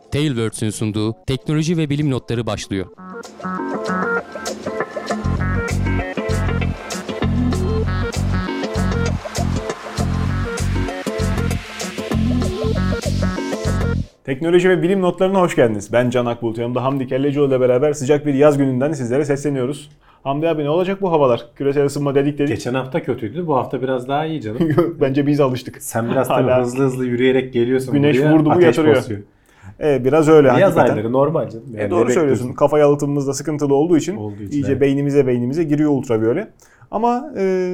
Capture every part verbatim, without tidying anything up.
Tailwords'ün sunduğu teknoloji ve bilim notları başlıyor. Teknoloji ve bilim notlarına hoş geldiniz. Ben Can Akbulut. Yanımda Hamdi Kellecioğlu ile beraber sıcak bir yaz gününden sizlere sesleniyoruz. Hamdi abi, ne olacak bu havalar? Küresel ısınma dedik dedik. Geçen hafta kötüydü. Bu hafta biraz daha iyi canım. Bence biz alıştık. Sen biraz tabii Hala hızlı hızlı yürüyerek geliyorsun. güneş buraya, vurdu mu yatırıyor. basıyor. Evet, biraz öyle Yaz hakikaten. ayları normal canım. Yani E, doğru söylüyorsun. Kafa yalıtımımız da sıkıntılı olduğu için, Olduğu için, iyice evet. beynimize beynimize giriyor ultraviyole. Ama e,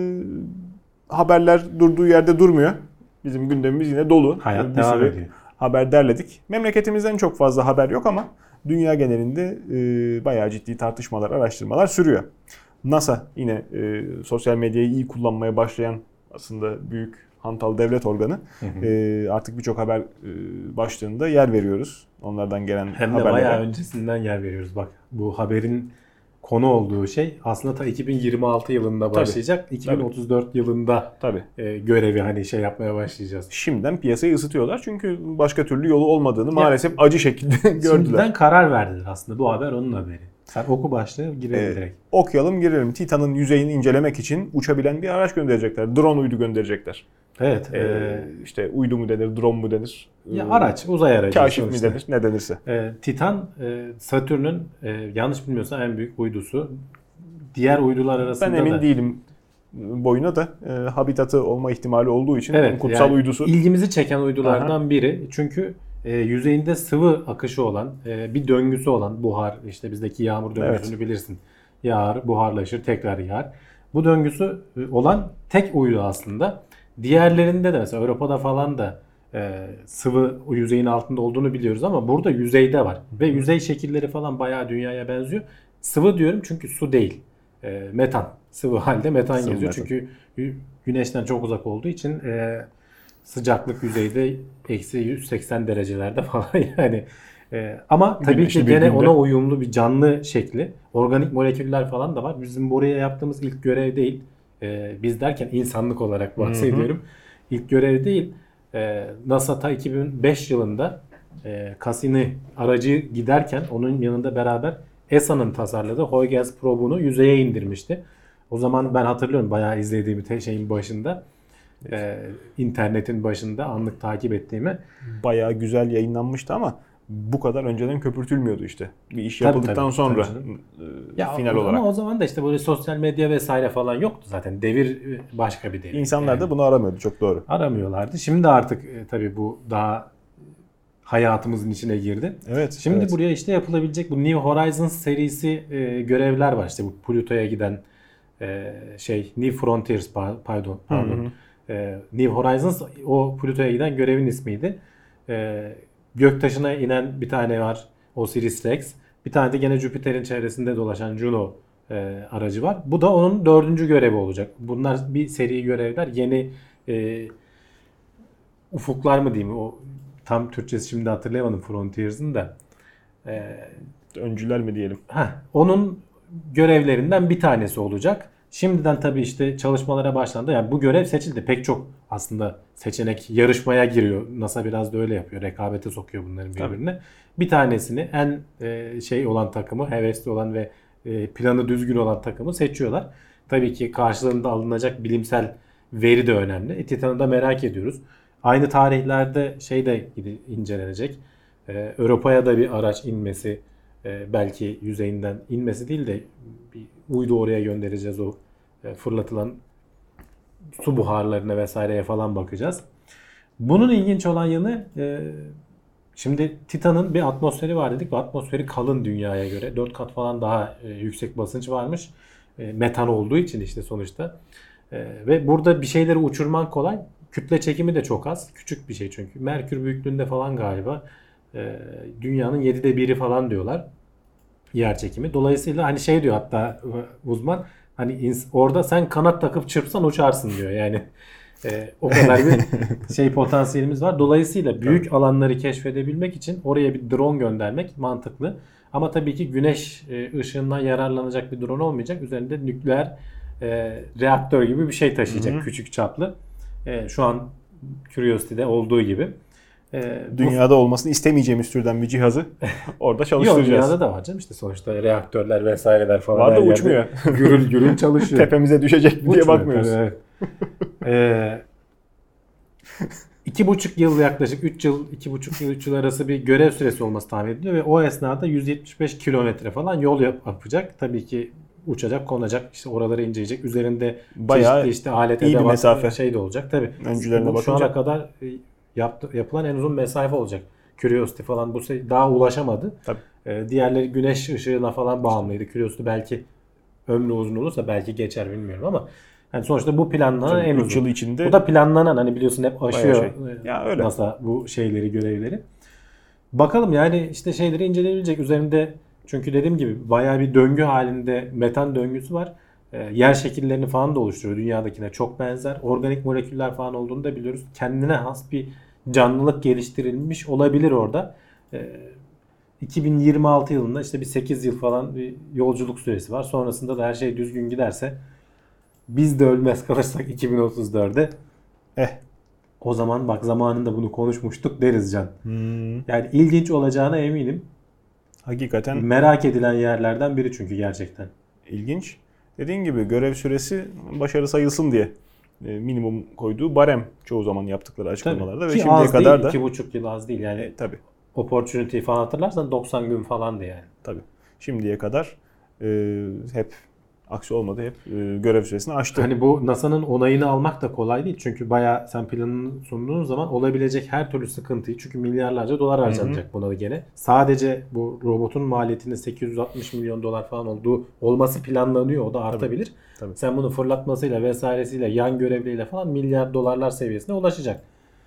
haberler durduğu yerde durmuyor. Bizim gündemimiz yine dolu. Hayat bir devam sürü ediyor. haber derledik. Memleketimizden çok fazla haber yok ama dünya genelinde e, bayağı ciddi tartışmalar, araştırmalar sürüyor. NASA yine e, sosyal medyayı iyi kullanmaya başlayan aslında büyük hantal devlet organı. Hı hı. E, artık birçok haber e, başlığında yer veriyoruz. Onlardan gelen Hem de haberlere. bayağı öncesinden yer veriyoruz. Bak, bu haberin konu olduğu şey aslında ta iki bin yirmi altı yılında başlayacak. Tabii, iki bin otuz dört tabii. yılında tabii. E, görevi hani şey yapmaya başlayacağız. Şimdiden piyasayı ısıtıyorlar çünkü başka türlü yolu olmadığını yani, maalesef acı şekilde gördüler. Şimdiden karar verdiler aslında. Bu haber onun haberi. Sen oku başlığı, girelim ee, direkt. Okuyalım, girelim. Titan'ın yüzeyini incelemek için uçabilen bir araç gönderecekler. Drone uydu gönderecekler. Evet. Ee, e, işte uydu mu denir, drone mu denir? Ya araç, uzay aracı. Kaşif mi denir, ne denirse. Ee, Titan, e, Satürn'ün e, yanlış bilmiyorsam en büyük uydusu. Diğer uydular arasında da... Ben emin da... değilim boyuna da e, habitatı olma ihtimali olduğu için evet, kutsal yani uydusu. İlgimizi çeken uydulardan Aha. biri. Çünkü e, yüzeyinde sıvı akışı olan, e, bir döngüsü olan buhar, işte bizdeki yağmur döngüsünü evet. bilirsin. Yağar, buharlaşır, tekrar yağar. Bu döngüsü olan tek uydu aslında. Diğerlerinde de mesela Avrupa'da falan da e, sıvı yüzeyin altında olduğunu biliyoruz ama burada yüzeyde var. Ve yüzey şekilleri falan bayağı dünyaya benziyor. Sıvı diyorum çünkü su değil. E, metan. Sıvı halde metan sıvı geziyor. metan. Çünkü güneşten çok uzak olduğu için e, sıcaklık yüzeyde eksi yüz seksen derecelerde falan yani. E, ama tabii Güneşli ki gene ona uyumlu bir canlı şekli. Organik moleküller falan da var. Bizim buraya yaptığımız ilk görev değil. E, biz derken insanlık olarak bahsediyorum. Hı hı. İlk görev değil. E, NASA ta iki bin beş yılında e, Cassini aracı giderken onun yanında beraber E S A'nın tasarladığı Huygens probunu yüzeye indirmişti. O zaman ben hatırlıyorum bayağı izlediğimi te- şeyin başında. E, internetin başında anlık takip ettiğimi. Bayağı güzel yayınlanmıştı ama bu kadar önceden köpürtülmüyordu işte. Bir iş yapıldıktan tabii, tabii, sonra tabii e, ya, final ama olarak. Ama o zaman da işte böyle sosyal medya vesaire falan yoktu zaten. Devir başka bir devir. İnsanlar yani. da bunu aramıyordu, çok doğru. Aramıyorlardı. Şimdi artık e, tabii bu daha hayatımızın içine girdi. Evet. Şimdi evet. buraya işte yapılabilecek bu New Horizons serisi e, görevler var. İşte bu Plüto'ya giden e, şey New Frontiers pardon pardon. Hı hı. E, New Horizons o Plüto'ya giden görevin ismiydi. E, Göktaşına inen bir tane var, Osiris-Rex. Bir tane de gene Jüpiter'in çevresinde dolaşan Juno e, aracı var. Bu da onun dördüncü görevi olacak. Bunlar bir seri görevler. Yeni e, ufuklar mı diyeyim? O tam Türkçesi şimdi hatırlayamadım Frontiers'ın da. E, Öncüler mi diyelim? Heh, onun görevlerinden bir tanesi olacak. Şimdiden tabii işte çalışmalara başlandı. Yani bu görev seçildi. Pek çok aslında seçenek yarışmaya giriyor. NASA biraz da öyle yapıyor. Rekabete sokuyor bunların birbirine. Tabii. Bir tanesini en e, şey olan takımı, hevesli olan ve e, planı düzgün olan takımı seçiyorlar. Tabii ki karşılığında alınacak bilimsel veri de önemli. E, Titan'ı da merak ediyoruz. Aynı tarihlerde şey de incelenecek. E, Avrupa'ya da bir araç inmesi, e, belki yüzeyinden inmesi değil de bir uydu oraya göndereceğiz, o fırlatılan su buharlarına vesaireye falan bakacağız. Bunun ilginç olan yanı şimdi Titan'ın bir atmosferi var dedik ve atmosferi kalın dünyaya göre. dört kat falan daha yüksek basınç varmış. Metan olduğu için işte sonuçta. Ve burada bir şeyleri uçurman kolay. Kütle çekimi de çok az. Küçük bir şey çünkü. Merkür büyüklüğünde falan galiba. Dünyanın yedide biri falan diyorlar. Yer çekimi. Dolayısıyla hani şey diyor hatta uzman, hani orada sen kanat takıp çırpsan uçarsın diyor. Yani e, o kadar bir şey potansiyelimiz var. Dolayısıyla büyük tabii. alanları keşfedebilmek için oraya bir drone göndermek mantıklı. Ama tabii ki güneş e, ışığından yararlanacak bir drone olmayacak. Üzerinde nükleer e, reaktör gibi bir şey taşıyacak, hı hı. küçük çaplı. E, şu an Curiosity'de olduğu gibi. Ee, bu- Dünyada olmasını istemeyeceğimiz türden bir cihazı orada Yok, çalıştıracağız. dünyada da var canım işte sonuçta reaktörler vesaireler falan. Var da her yerde uçmuyor. Gürül gürül çalışıyor. Tepemize düşecek diye Uçmuyor bakmıyoruz. tabii, evet. Ee, iki buçuk yıl yaklaşık üç yıl, iki buçuk yıl, üç yıl arası bir görev süresi olması tahmin ediliyor ve o esnada yüz yetmiş beş kilometre falan yol yap- yapacak. Tabii ki uçacak, konacak, işte oraları inceleyecek. Üzerinde Bayağı çeşitli işte alet, iyi bir edevat, mesafe. şey de olacak. Tabii. Öncülerine Bu şu bakınca. ana kadar e, yaptı, yapılan en uzun mesafe olacak. Curiosity falan bu se- daha ulaşamadı. Tabii. Ee, diğerleri güneş ışığına falan bağımlıydı. Curiosity belki ömrü uzun olursa belki geçer bilmiyorum ama yani sonuçta bu planlanan en üç uzun. yıl içinde Bu da planlanan, hani biliyorsun hep aşıyor şey. e, Ya öyle. NASA bu şeyleri, görevleri. Bakalım yani işte şeyleri inceleyebilecek üzerinde, çünkü dediğim gibi bayağı bir döngü halinde metan döngüsü var. E, yer şekillerini falan da oluşturuyor, dünyadakine çok benzer. Organik moleküller falan olduğunu da biliyoruz. Kendine has bir canlılık geliştirilmiş olabilir orada. E, iki bin yirmi altı yılında işte bir sekiz yıl falan bir yolculuk süresi var. Sonrasında da her şey düzgün giderse, biz de ölmez kalırsak iki bin otuz dörde eh. o zaman bak zamanında bunu konuşmuştuk deriz Can. Hmm, Yani ilginç olacağına eminim. hakikaten Merak edilen yerlerden biri çünkü gerçekten. ilginç. Dediğin gibi görev süresi başarı sayılsın diye e, minimum koyduğu barem çoğu zaman yaptıkları açıklamalarda Tabii. ve Ki şimdiye az kadar değil, da iki buçuk yıl az değil. Yani e, tabii opportunity falan hatırlarsan doksan gün falandı yani. tabii. Şimdiye kadar e, hep aksi olmadı, hep e, görev süresini aştı. Hani bu NASA'nın onayını almak da kolay değil. Çünkü bayağı sen planını sunduğun zaman olabilecek her türlü sıkıntıyı, çünkü milyarlarca dolar harcanacak buna da gene. Sadece bu robotun maliyetinin sekiz yüz altmış milyon dolar falan olduğu olması planlanıyor. O da artabilir. Tabii. Sen bunu fırlatmasıyla vesairesiyle, yan görevliyle falan milyar dolarlar seviyesine ulaşacak.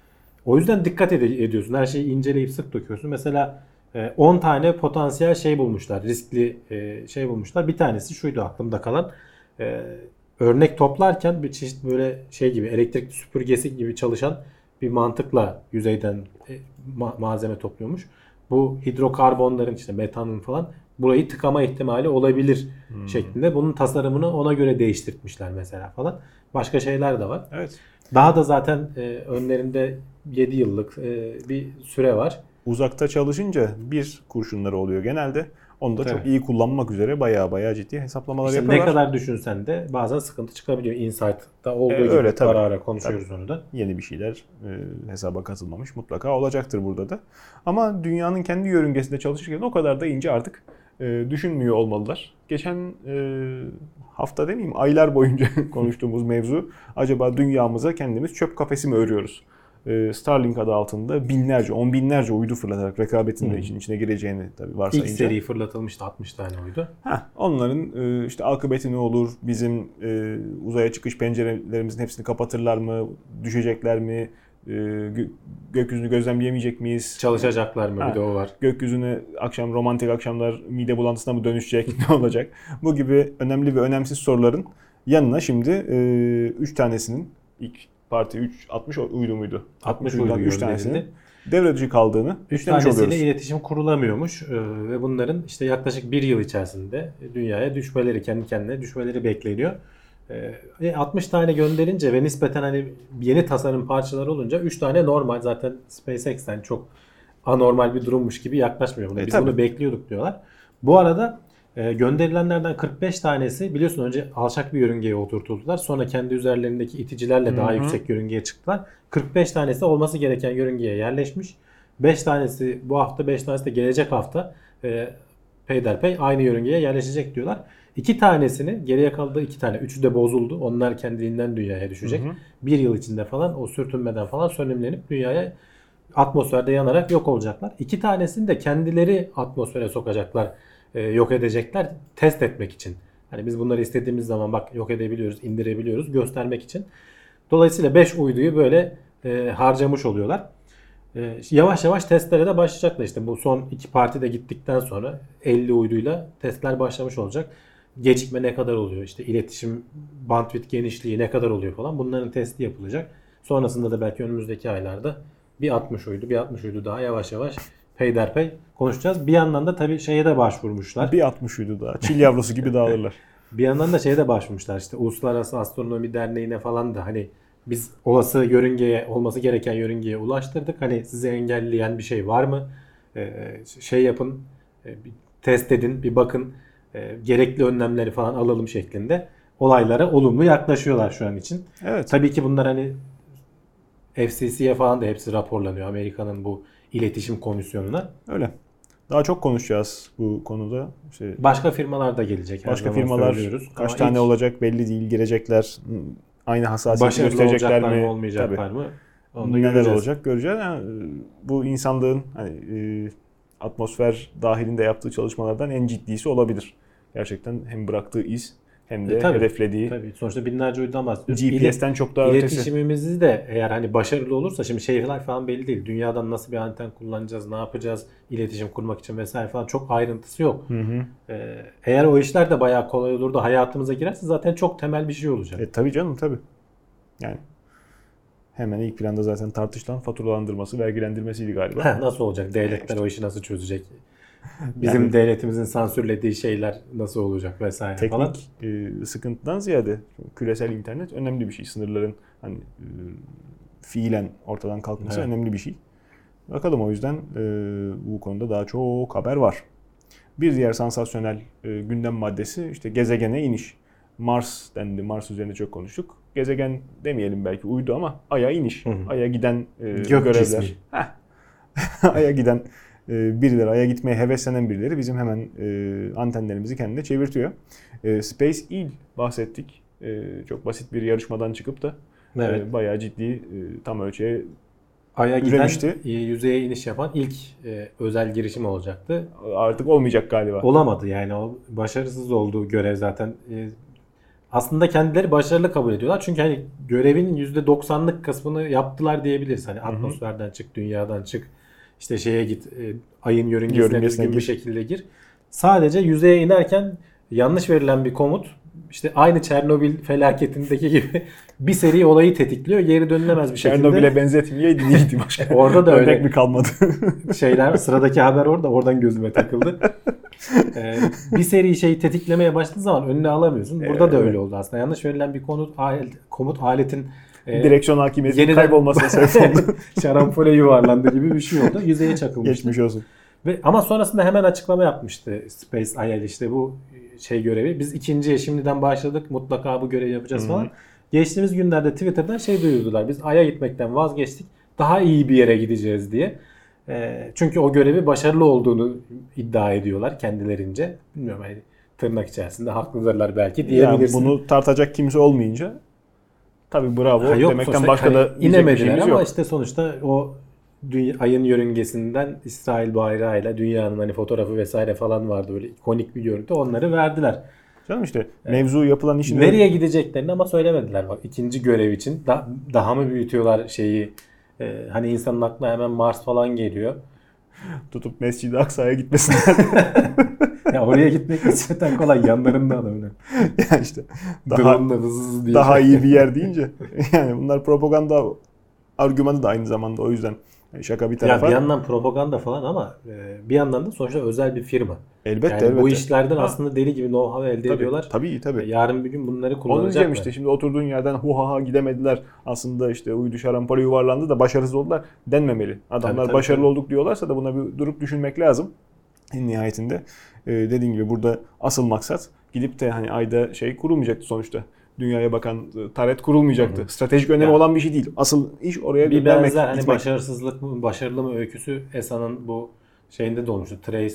O yüzden dikkat ed- ediyorsun. Her şeyi inceleyip sık döküyorsun. Mesela e, on tane potansiyel şey bulmuşlar. Riskli e, şey bulmuşlar. Bir tanesi şuydu aklımda kalan. E, örnek toplarken bir çeşit böyle şey gibi, elektrik süpürgesi gibi çalışan bir mantıkla yüzeyden e, ma- malzeme topluyormuş. Bu hidrokarbonların, işte metanın falan burayı tıkama ihtimali olabilir şeklinde. Bunun tasarımını ona göre değiştirtmişler mesela falan. Başka şeyler de var. Evet. Daha da zaten e, önlerinde yedi yıllık e, bir süre var. Uzakta çalışınca bir kurşunları oluyor genelde. Onu da çok Tabii. iyi kullanmak üzere bayağı bayağı ciddi hesaplamalar İşte ne yapıyorlar. kadar düşünsen de bazen sıkıntı çıkabiliyor. Insight'ta olduğu E, gibi öyle, tabii. ara ara konuşuyoruz onu da. Yeni bir şeyler e, hesaba katılmamış mutlaka olacaktır burada da. Ama dünyanın kendi yörüngesinde çalışırken o kadar da ince artık e, düşünmüyor olmalılar. Geçen e, hafta demeyeyim aylar boyunca konuştuğumuz mevzu, acaba dünyamıza kendimiz çöp kafesi mi örüyoruz? E, Starlink adı altında binlerce, on binlerce uydu fırlatarak rekabetin de için içine gireceğini tabii varsayınca. İlk seri fırlatılmıştı, altmış tane oydu. Heh, onların e, işte akıbeti ne olur? Bizim e, uzaya çıkış pencerelerimizin hepsini kapatırlar mı? Düşecekler mi? E, gö- gökyüzünü gözlemleyemeyecek miyiz? Çalışacaklar mı? Ha. Bir de o var. Gökyüzüne akşam romantik akşamlar mide bulantısına mı dönüşecek? Ne olacak? Bu gibi önemli ve önemsiz soruların yanına şimdi üç tanesinin, ilk parti üç altmış uydu muydu? altmış uydudan uydu üç tanesinin gönderildi. devre dışı kaldığını üç üstlemiş tanesiyle oluyoruz. iletişim kurulamıyormuş ee, ve bunların işte yaklaşık bir yıl içerisinde dünyaya düşmeleri, kendi kendine düşmeleri bekleniyor. Ee, altmış tane gönderince ve nispeten hani yeni tasarım parçaları olunca üç tane normal, zaten SpaceX'ten çok anormal bir durummuş gibi yaklaşmıyor buna. E, Biz tabii. bunu bekliyorduk diyorlar. Bu arada e, gönderilenlerden kırk beş tanesi biliyorsun önce alçak bir yörüngeye oturtuldular. Sonra kendi üzerlerindeki iticilerle daha Hı hı. yüksek yörüngeye çıktılar. kırk beş tanesi olması gereken yörüngeye yerleşmiş. beş tanesi bu hafta, beş tanesi de gelecek hafta e, peyderpey aynı yörüngeye yerleşecek diyorlar. İki tanesini, geriye kaldı iki tane. Üçü de bozuldu. Onlar kendiliğinden dünyaya düşecek. Hı hı. Bir yıl içinde falan o sürtünmeden falan sönümlenip dünyaya, atmosferde yanarak yok olacaklar. İki tanesini de kendileri atmosfere sokacaklar, e, yok edecekler test etmek için. Hani biz bunları istediğimiz zaman bak yok edebiliyoruz, indirebiliyoruz göstermek için. Dolayısıyla beş uyduyu böyle e, harcamış oluyorlar. E, yavaş yavaş testlere de başlayacaklar. İşte bu son iki parti de gittikten sonra elli uyduyla testler başlamış olacak. Gecikme ne kadar oluyor? İşte iletişim bandwidth genişliği ne kadar oluyor falan. Bunların testi yapılacak. Sonrasında da belki önümüzdeki aylarda bir altmış uydu, bir altmış uydu daha yavaş yavaş peyderpey konuşacağız. Bir yandan da tabii şeye de başvurmuşlar. Bir altmış uydu daha. Çil yavrusu gibi dağılırlar. Bir yandan da şeye de başvurmuşlar. İşte Uluslararası Astronomi Derneği'ne falan da hani biz olası yörüngeye, olması gereken yörüngeye ulaştırdık. Hani sizi engelleyen bir şey var mı? Ee, şey yapın, e, bir test edin, bir bakın, e, gerekli önlemleri falan alalım şeklinde olaylara olumlu yaklaşıyorlar şu an için. Evet. Tabii ki bunlar hani F C C'ye falan da hepsi raporlanıyor. Amerika'nın bu iletişim komisyonuna. Öyle. Daha çok konuşacağız bu konuda. İşte Başka firmalar da gelecek. her başka zaman firmalar söylüyoruz. kaç Ama tane ilk olacak belli değil. Girecekler. Aynı hassasiyeti başarılı gösterecekler olacaklar mi? mı, olmayacaklar Tabii. mı? Onu da Neler göreceğiz. olacak göreceğiz. Yani, bu insanlığın hani, e, atmosfer dahilinde yaptığı çalışmalardan en ciddisi olabilir. Gerçekten hem bıraktığı iz hem de E, tabii. hedeflediği Tabii. Sonuçta binlerce uydudan bahsediyoruz. G P S'ten çok daha ötesi. İletişimimizi de eğer hani başarılı olursa, şimdi şeyler falan belli değil. Dünyadan nasıl bir anten kullanacağız, ne yapacağız, iletişim kurmak için vesaire falan çok ayrıntısı yok. Hı hı. Ee, eğer o işler de bayağı kolay olur da hayatımıza girerse zaten çok temel bir şey olacak. E, tabii canım tabii. Yani hemen ilk planda zaten tartışılan faturalandırması, vergilendirmesiydi galiba. Heh, nasıl olacak? Devletler o işi nasıl çözecek? Bizim Yani- devletimizin sansürlediği şeyler nasıl olacak vesaire falan. Teknik e, sıkıntıdan ziyade küresel internet önemli bir şey. Sınırların hani e, fiilen ortadan kalkması Evet. önemli bir şey. Bakalım, o yüzden e, bu konuda daha çok haber var. Bir diğer sansasyonel e, gündem maddesi işte gezegene iniş. Mars dendi. Mars üzerine çok konuştuk. Gezegen demeyelim belki, uydu ama Ay'a iniş. Hı hı. Ay'a giden e, Gök görevler. cismi. Heh. Ay'a giden e, birileri, Ay'a gitmeye heveslenen birileri bizim hemen e, antenlerimizi kendine çevirtiyor. E, Space İl bahsettik. E, çok basit bir yarışmadan çıkıp da Evet. e, bayağı ciddi e, tam ölçüye Ay'a giden, üremişti. e, yüzeye iniş yapan ilk e, özel girişim olacaktı. artık olmayacak galiba. Olamadı yani, o başarısız olduğu görev zaten. E, aslında kendileri başarılı kabul ediyorlar. Çünkü hani görevin yüzde doksanlık kısmını yaptılar diyebiliriz. Hani atmosferden çık, dünyadan çık, işte şeye git, e, ayın yörüngesine Yörüngesine düzgün bir gir. şekilde gir. Sadece yüzeye inerken yanlış verilen bir komut, işte aynı Çernobil felaketindeki gibi bir seri olayı tetikliyor. Geri dönülemez bir şekilde. Çernobil'e benzetmeyeydi iyiydi başka. Orada da örnek öyle. mi kalmadı? Şeyler, sıradaki haber orada, oradan gözüme takıldı. Ee, bir seri şeyi tetiklemeye başladığı zaman önüne alamıyorsun. Burada Evet, da evet. öyle oldu aslında. Yanlış verilen bir komut, alet, komut aletin e, Direksiyon hakimiyetinin yeniden- kaybolmasına sebep oldu. şarampole yuvarlandı gibi bir şey oldu. Yüzeye çakılmıştı. Geçmiş olsun. Ve ama sonrasında hemen açıklama yapmıştı Space I L, işte bu şey görevi. Biz ikinciye şimdiden başladık. Mutlaka bu görevi yapacağız Hı-hı. falan. Geçtiğimiz günlerde Twitter'dan şey duyurdular. Biz Ay'a gitmekten vazgeçtik. Daha iyi bir yere gideceğiz diye. E, çünkü o görevi başarılı olduğunu iddia ediyorlar kendilerince. Bilmiyorum, hani tırnak içerisinde haklıdırlar belki Yani diyebilirsin. bunu tartacak kimse olmayınca tabii bravo Ha, yok, demekten sonuçta başka hani da diyecek bir inemediler şeyimiz ama yok. işte sonuçta o dünya, ayın yörüngesinden İsrail bayrağıyla dünyanın hani fotoğrafı vesaire falan vardı, böyle ikonik bir görüntü, onları verdiler. Canım işte mevzu yapılan işin Nereye gideceklerini ama söylemediler. Bak, ikinci görev için da, daha mı büyütüyorlar şeyi? Ee, hani insanın aklına hemen Mars falan geliyor. tutup Mescid-i Aksa'ya gitmesinler. Ya oraya gitmek nispeten kolay, yanlarında adam öyle. yani işte daha Drone'la hızlı hızlı diye. daha iyi bir yer deyince yani bunlar propaganda argümanı da aynı zamanda, o yüzden şaka bir Ya tarafa. bir yandan propaganda falan ama e, bir yandan da sonuçta özel bir firma. elbette Yani elbette. bu işlerden Ha, aslında deli gibi know-how elde tabii, ediyorlar. Tabii tabii. Yarın bir gün bunları Onu kullanacaklar. diyeceğim işte, şimdi oturduğun yerden hu ha ha gidemediler. Aslında işte uydu şarampole yuvarlandı da başarısız oldular denmemeli. Adamlar Tabii, tabii, başarılı tabii. olduk diyorlarsa da buna bir durup düşünmek lazım. En nihayetinde e, dediğin gibi burada asıl maksat gidip de hani ayda şey kurulmayacaktı sonuçta. Dünyaya bakan e, taret kurulmayacaktı. Hı hı. Stratejik önemi Ya. olan bir şey değil. Asıl iş oraya Bir göndermek, benzer hani gitmek. başarısızlık mı, başarılı mı öyküsü E S A'nın bu şeyinde de olmuştu. Trace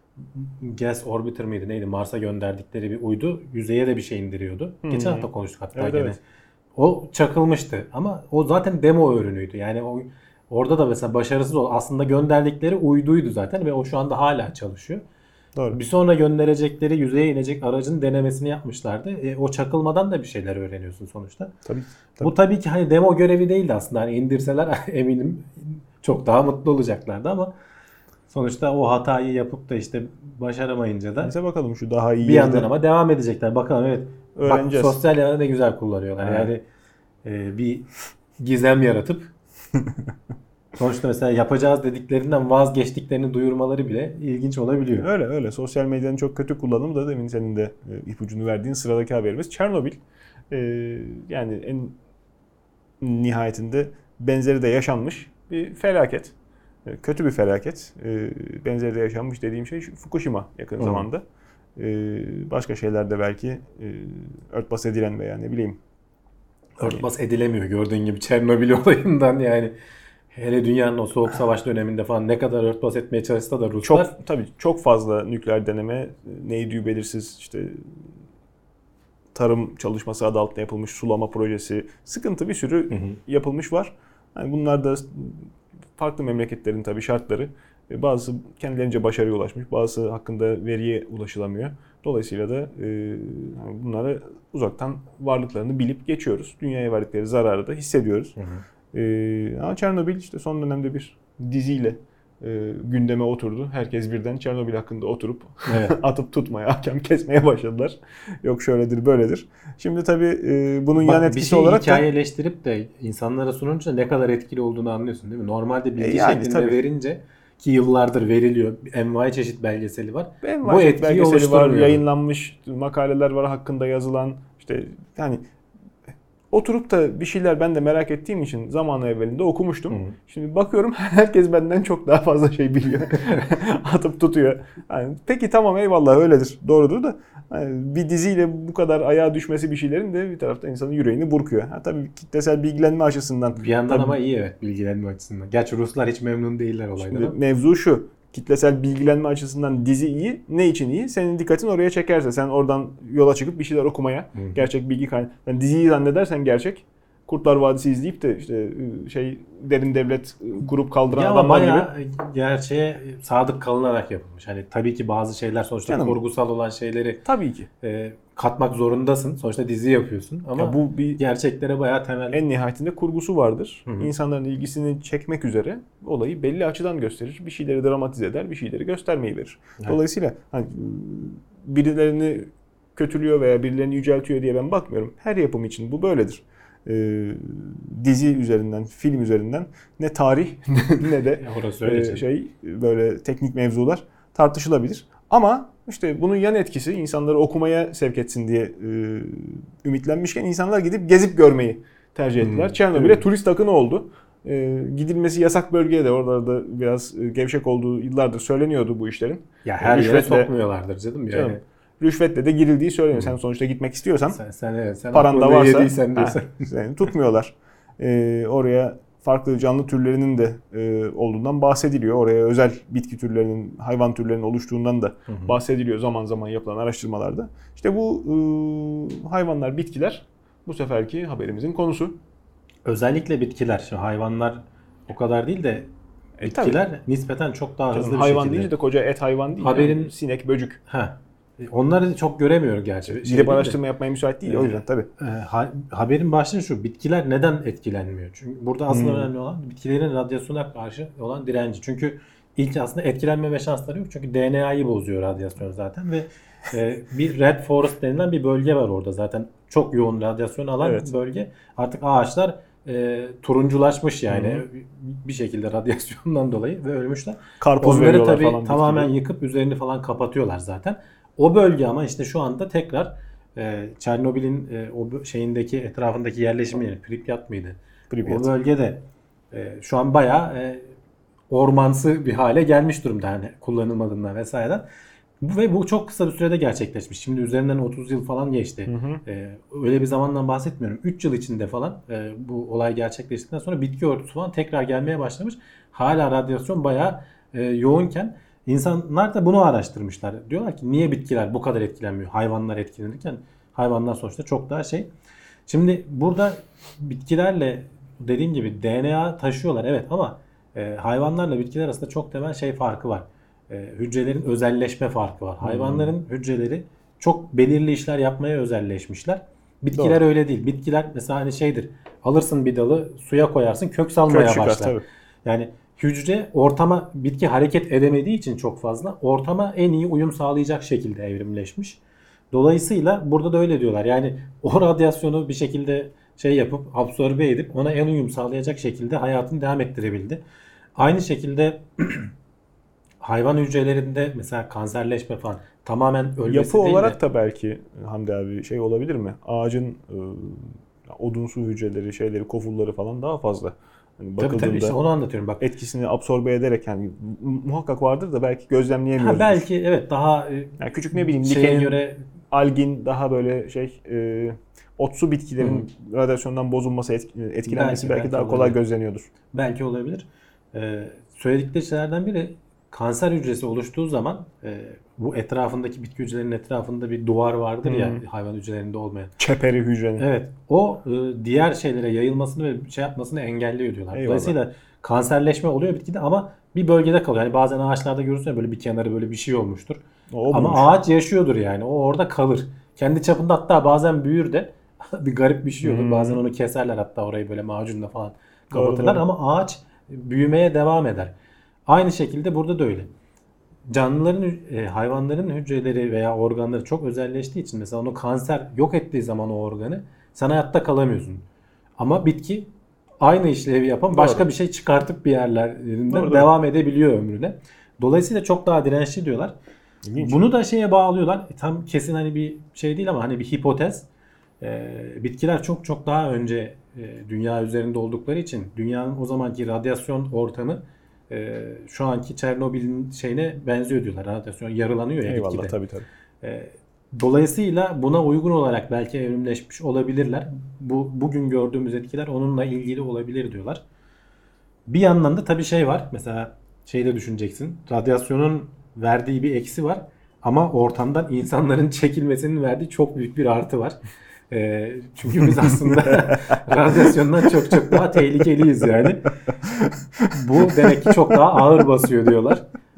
Gas Orbiter miydi neydi? Mars'a gönderdikleri bir uydu yüzeye de bir şey indiriyordu. Hı. Geçen hafta konuştuk hatta Evet, gene. evet. O çakılmıştı ama o zaten demo ürünüydü. Yani o orada da mesela başarısız ol. Aslında gönderdikleri uyduydu zaten ve o şu anda hala çalışıyor. Doğru. Bir sonra gönderecekleri yüzeye inecek aracın denemesini yapmışlardı. E, o çakılmadan da bir şeyler öğreniyorsun sonuçta. Tabii. tabii. Bu tabii ki hani demo görevi değildi aslında. Hani indirseler eminim çok daha mutlu olacaklardı ama sonuçta o hatayı yapıp da işte başaramayınca da Neyse bakalım şu daha iyi bir yandan yerde ama devam edecekler. Bakalım, evet. Bak, öğreneceğiz. sosyal yana ne güzel kullanıyorlar. Evet. Yani e, bir gizem yaratıp sonuçta mesela yapacağız dediklerinden vazgeçtiklerini duyurmaları bile ilginç olabiliyor. Öyle öyle. Sosyal medyanın çok kötü kullanımı da demin senin de e, ipucunu verdiğin sıradaki haberimiz. Çernobil e, yani en nihayetinde benzeri de yaşanmış bir felaket. Kötü bir felaket. Benzeri de yaşanmış dediğim şey Fukushima yakın Hı. zamanda. Başka şeyler de belki örtbas edilen veya ne bileyim. Örtbas edilemiyor gördüğün gibi Çernobil olayından yani. Hele dünyanın o soğuk savaş döneminde falan ne kadar örtbas etmeye çalışsa da Ruslar. Çok tabii çok fazla nükleer deneme, neydi belirsiz, işte tarım çalışması adı altında yapılmış sulama projesi, sıkıntı bir sürü hı hı. yapılmış var. Yani bunlar da farklı memleketlerin tabii şartları. Bazısı kendilerince başarıya ulaşmış, bazısı hakkında veriye ulaşılamıyor. Dolayısıyla da e, bunları uzaktan varlıklarını bilip geçiyoruz. Dünyaya verdikleri zararı da hissediyoruz. Hı hı. E, ama Çernobil işte son dönemde bir diziyle e, gündeme oturdu. Herkes birden Çernobil hakkında oturup evet. atıp tutmaya, hakem kesmeye başladılar. Yok şöyledir, böyledir. Şimdi tabii e, bunun Bak, yan etkisi bir şey olarak hikayeleştirip de insanlara sununca ne kadar etkili olduğunu anlıyorsun değil mi? Normalde bilgi e yani, şeklinde tabii. verince ki yıllardır veriliyor. Envai çeşit belgeseli var. Envai çeşit belgeseli var, yayınlanmış makaleler var hakkında yazılan. İşte yani oturup da bir şeyler ben de merak ettiğim için zamanı evvelinde okumuştum. Hı hı. Şimdi bakıyorum herkes benden çok daha fazla şey biliyor. Atıp tutuyor. Yani, peki tamam eyvallah öyledir. Doğrudur da yani bir diziyle bu kadar ayağa düşmesi bir şeylerin de bir taraftan insanın yüreğini burkuyor. Ha, tabii kitlesel bilgilenme açısından. Bir yandan tabii, ama iyi evet bilgilenme açısından. Gerçi Ruslar hiç memnun değiller olaydan. Şimdi mevzu şu. Kitlesel bilgilenme açısından dizi iyi. Ne için iyi? Senin dikkatin oraya çekerse. Sen oradan yola çıkıp bir şeyler okumaya, Hı. gerçek bilgi kaynağı. Yani diziyi zannedersen gerçek. Kurtlar Vadisi izleyip de işte şey derin devlet kurup kaldıran ya adamlar gibi. Ya gerçeğe sadık kalınarak yapılmış. Hani tabii ki bazı şeyler sonuçta Canım, kurgusal olan şeyleri tabii ki E, katmak zorundasın. Sonuçta dizi yapıyorsun ama ya bu bir gerçeklere bayağı temel. En nihayetinde kurgusu vardır. Hı hı. İnsanların ilgisini çekmek üzere olayı belli açıdan gösterir. Bir şeyleri dramatize eder, bir şeyleri göstermeyi verir. Evet. Dolayısıyla hani birilerini kötülüyor veya birilerini yüceltiyor diye ben bakmıyorum. Her yapım için bu böyledir. Ee, dizi üzerinden, film üzerinden ne tarih ne de e, şey böyle teknik mevzular tartışılabilir. Ama işte bunun yan etkisi insanları okumaya sevk etsin diye e, ümitlenmişken insanlar gidip gezip görmeyi tercih ettiler. Hmm, Çernobil'e turist akını oldu. E, gidilmesi yasak bölgeye de oralarda biraz e, gevşek olduğu yıllardır söyleniyordu bu işlerin. Ya her yere sokmuyorlardır canım yani. Canım, rüşvetle de girildiği söyleniyor. Hmm. Sen sonuçta gitmek istiyorsan, sen, sen, evet, sen paran da varsa ha, yani tutmuyorlar. E, oraya farklı canlı türlerinin de e, olduğundan bahsediliyor. Oraya özel bitki türlerinin, hayvan türlerinin oluştuğundan da hı hı. bahsediliyor zaman zaman yapılan araştırmalarda. İşte bu e, hayvanlar, bitkiler bu seferki haberimizin konusu. Özellikle bitkiler. Şimdi hayvanlar o kadar değil de bitkiler e, nispeten çok daha hızlı bir hayvan şekilde. deyince de koca et hayvan değil. Haberin yani. Sinek, böcük. Ha. Onları çok göremiyor gerçi. Gidip şey araştırma de. yapmaya müsait değil. Ee, o yüzden tabii. E, ha, haberin başlığı şu. Bitkiler neden etkilenmiyor? Çünkü burada aslında hmm. önemli olan bitkilerin radyasyona karşı olan direnci. Çünkü ilk aslında etkilenmeme şansları yok. Çünkü D N A'yı bozuyor radyasyon zaten ve e, bir Red Forest denilen bir bölge var orada zaten. Çok yoğun radyasyon alan evet. bir bölge. Artık ağaçlar e, turunculaşmış yani hmm. bir şekilde radyasyondan dolayı ve ölmüşler. Karpuz Onları tabii falan tamamen gibi. yıkıp üzerini falan kapatıyorlar zaten. O bölge ama işte şu anda tekrar e, Çernobil'in e, o şeyindeki etrafındaki yerleşim yeri Pripyat mıydı? Pripyat. O bölgede e, şu an bayağı e, ormansı bir hale gelmiş durumda yani kullanılmadığından vesaireden. Bu, ve bu çok kısa bir sürede gerçekleşmiş. Şimdi üzerinden otuz yıl falan geçti. Hı hı. E, öyle bir zamandan bahsetmiyorum. üç yıl içinde falan e, bu olay gerçekleştikten sonra bitki örtüsü falan tekrar gelmeye başlamış. Hala radyasyon bayağı e, yoğunken İnsanlar da bunu araştırmışlar. Diyorlar ki niye bitkiler bu kadar etkilenmiyor? Hayvanlar etkilenirken hayvanlar sonuçta çok daha şey. Şimdi burada bitkilerle dediğim gibi D N A taşıyorlar evet ama e, hayvanlarla bitkiler arasında çok temel şey farkı var. E, hücrelerin özelleşme farkı var. Hmm. Hayvanların hücreleri çok belirli işler yapmaya özelleşmişler. Bitkiler Doğru. öyle değil. Bitkiler mesela hani şeydir. Alırsın bir dalı suya koyarsın kök salmaya kök başlar. Tabii. Yani hücre ortama bitki hareket edemediği için çok fazla ortama en iyi uyum sağlayacak şekilde evrimleşmiş. Dolayısıyla burada da öyle diyorlar. Yani o radyasyonu bir şekilde şey yapıp absorbe edip ona en uyum sağlayacak şekilde hayatını devam ettirebildi. Aynı şekilde hayvan hücrelerinde mesela kanserleşme falan tamamen ölmesi Yapı değil olarak de, da belki Hamdi abi şey olabilir mi? Ağacın odunsu hücreleri, şeyleri, kofulları falan daha fazla. Hani Tabii tabii işte onu anlatıyorum bak. etkisini absorbe ederek yani muhakkak vardır da belki gözlemleyemiyoruz. Ha, belki evet daha yani küçük ne bileyim şeye likenin, göre algin daha böyle şey e, otsu bitkilerin Hı. radyasyondan bozulması, etki, etkilenmesi belki, belki, belki daha kolay olabilir. gözleniyordur. Belki olabilir. Ee, söyledikleri şeylerden biri kanser hücresi oluştuğu zaman e, bu etrafındaki bitki hücrelerinin etrafında bir duvar vardır Hı. ya hayvan hücrelerinde olmayan. Çeperi hücrenin. Evet. O e, diğer şeylere yayılmasını ve şey yapmasını engelliyor diyorlar. Eyvallah. Dolayısıyla kanserleşme oluyor bitkide ama bir bölgede kalıyor. Yani bazen ağaçlarda görürsün ya böyle bir kenarı böyle bir şey olmuştur. O ama bulmuş. ağaç yaşıyordur yani. O orada kalır. Kendi çapında hatta bazen büyür de bir garip bir şey olur. Hmm. Bazen onu keserler hatta orayı böyle macunla falan Doğru, kapatırlar doğru. ama ağaç büyümeye devam eder. Aynı şekilde burada da öyle. Canlıların, e, hayvanların hücreleri veya organları çok özelleştiği için mesela onu kanser yok ettiği zaman o organı sen hayatta kalamıyorsun. Ama bitki aynı işlevi yapan başka Doğru. bir şey çıkartıp bir yerlerinde Doğru, devam doğru. edebiliyor ömrüne. Dolayısıyla çok daha dirençli diyorlar. İlginç. Bunu da şeye bağlıyorlar. E, tam kesin hani bir şey değil ama hani bir hipotez. E, bitkiler çok çok daha önce e, dünya üzerinde oldukları için dünyanın o zamanki radyasyon ortamı e, şu anki Çernobil'in şeyine benziyor diyorlar. Radyasyon yarılanıyor ya Eyvallah bitkide. tabii tabii. E, dolayısıyla buna uygun olarak belki evrimleşmiş olabilirler. Bu bugün gördüğümüz etkiler onunla ilgili olabilir diyorlar. Bir yandan da tabii şey var. Mesela şeyde düşüneceksin. Radyasyonun verdiği bir eksi var. Ama ortamdan insanların çekilmesinin verdiği çok büyük bir artı var. E, çünkü biz aslında radyasyondan çok çok daha tehlikeliyiz yani. Bu demek ki çok daha ağır basıyor diyorlar.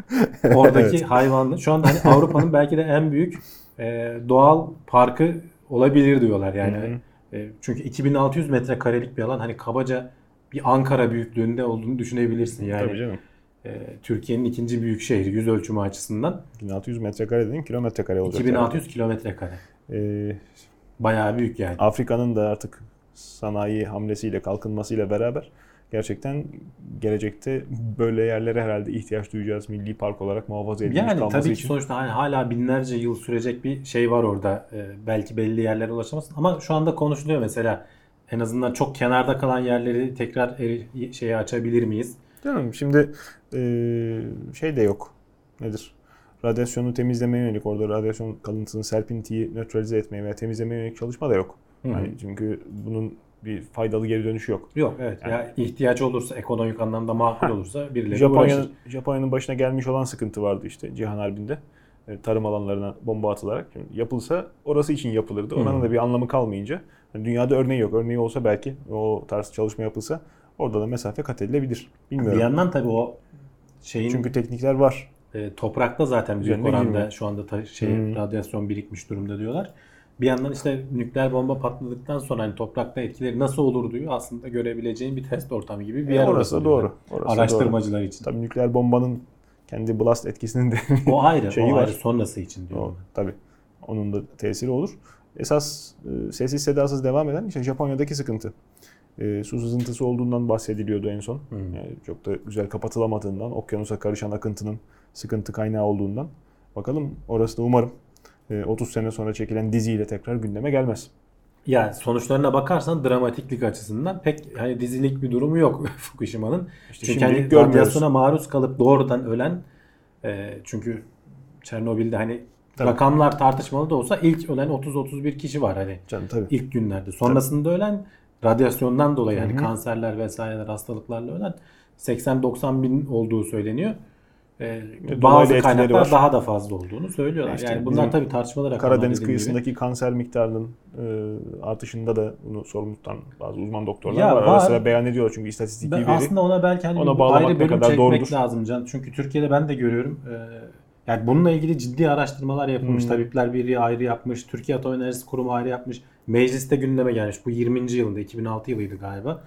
Oradaki evet. hayvanlı. Şu anda hani Avrupa'nın belki de en büyük e, doğal parkı olabilir diyorlar yani. E, çünkü iki bin altı yüz metrekarelik bir alan hani kabaca bir Ankara büyüklüğünde olduğunu düşünebilirsin yani. Tabii canım. E, Türkiye'nin ikinci büyük şehri yüz ölçümü açısından. iki bin altı yüz metrekare dediğin kilometre kare olacak. iki bin altı yüz kilometre kare. Ee, Bayağı büyük yani. Afrika'nın da artık sanayi hamlesiyle kalkınmasıyla beraber gerçekten gelecekte böyle yerlere herhalde ihtiyaç duyacağız milli park olarak muhafaza edilmiş yani, kalması için. Yani tabii ki sonuçta hani hala binlerce yıl sürecek bir şey var orada. Ee, belki belli yerlere ulaşamazsın ama şu anda konuşuluyor mesela en azından çok kenarda kalan yerleri tekrar eri, şeye açabilir miyiz? Canım şimdi e, şey de yok. Nedir? Radyasyonu temizlemeye yönelik orada radyasyon kalıntısını serpintiyi nötralize etmeye veya temizlemeye yönelik çalışma da yok. Yani çünkü bunun bir faydalı geri dönüşü yok. Yok evet. Yani, ya ihtiyaç olursa ekonomik anlamda makul olursa birileri Japonya'nın, uğraşır. Japonya'nın başına gelmiş olan sıkıntı vardı işte Cihan Harbi'nde. Tarım alanlarına bomba atılarak. Şimdi yapılsa orası için yapılırdı. Oranın da bir anlamı kalmayınca. Yani dünyada örneği yok. Örneği olsa belki o tarz çalışma yapılsa orada da mesafe kat edilebilir. Bilmiyorum. Bir yandan tabii o şeyin... Çünkü teknikler var. E, toprakta zaten büyük Üzerine oranda girmiyor. şu anda ta, şey Hmm. radyasyon birikmiş durumda diyorlar. Bir yandan işte nükleer bomba patladıktan sonra hani toprakta etkileri nasıl olur diyor aslında görebileceğin bir test ortamı gibi bir yer. E, orası doğru. Orası araştırmacılar doğru. için. Tabii nükleer bombanın kendi blast etkisinin de o ayrı, şeyi o var. ayrı sonrası için diyor. O, tabii. Onun da tesiri olur. Esas e, sessiz sedasız devam eden işte Japonya'daki sıkıntı. E, su sızıntısı olduğundan bahsediliyordu en son. Hmm. Yani çok da güzel kapatılamadığından, okyanusa karışan akıntının sıkıntı kaynağı olduğundan. Bakalım orası da umarım e, otuz sene sonra çekilen diziyle tekrar gündeme gelmez. Yani sonuçlarına bakarsan dramatiklik açısından pek hani dizilik bir durumu yok Fukushima'nın. İşte çünkü hani radyasyona maruz kalıp doğrudan ölen e, çünkü Çernobil'de hani tabii. Rakamlar tartışmalı da olsa ilk ölen otuz otuz bir kişi var hani. Canım, tabii. İlk günlerde. Sonrasında tabii. ölen radyasyondan dolayı yani kanserler vesaireler hastalıklarla ölen seksen doksan bin olduğu söyleniyor. Ee, bazı kaynaklar var. Daha da fazla olduğunu söylüyorlar. İşte yani bunlar tabii tartışmalı rakamlar. Karadeniz kıyısındaki gibi. Kanser miktarının e, artışında da bunu sorumlu tutan bazı uzman doktorlar ya var. var. Ara sıra beyan ediyorlar çünkü istatistik veri. Aslında ona belki hani ona ayrı bölüm çekmek doğrudur. lazım can. Çünkü Türkiye'de ben de görüyorum. E, yani bununla ilgili ciddi araştırmalar yapılmış. Hmm. Tabipler Birliği ayrı yapmış. Türkiye Atom Enerjisi Kurumu ayrı yapmış. Mecliste gündeme gelmiş. Bu yirminci yılında iki bin altı yılıydı galiba.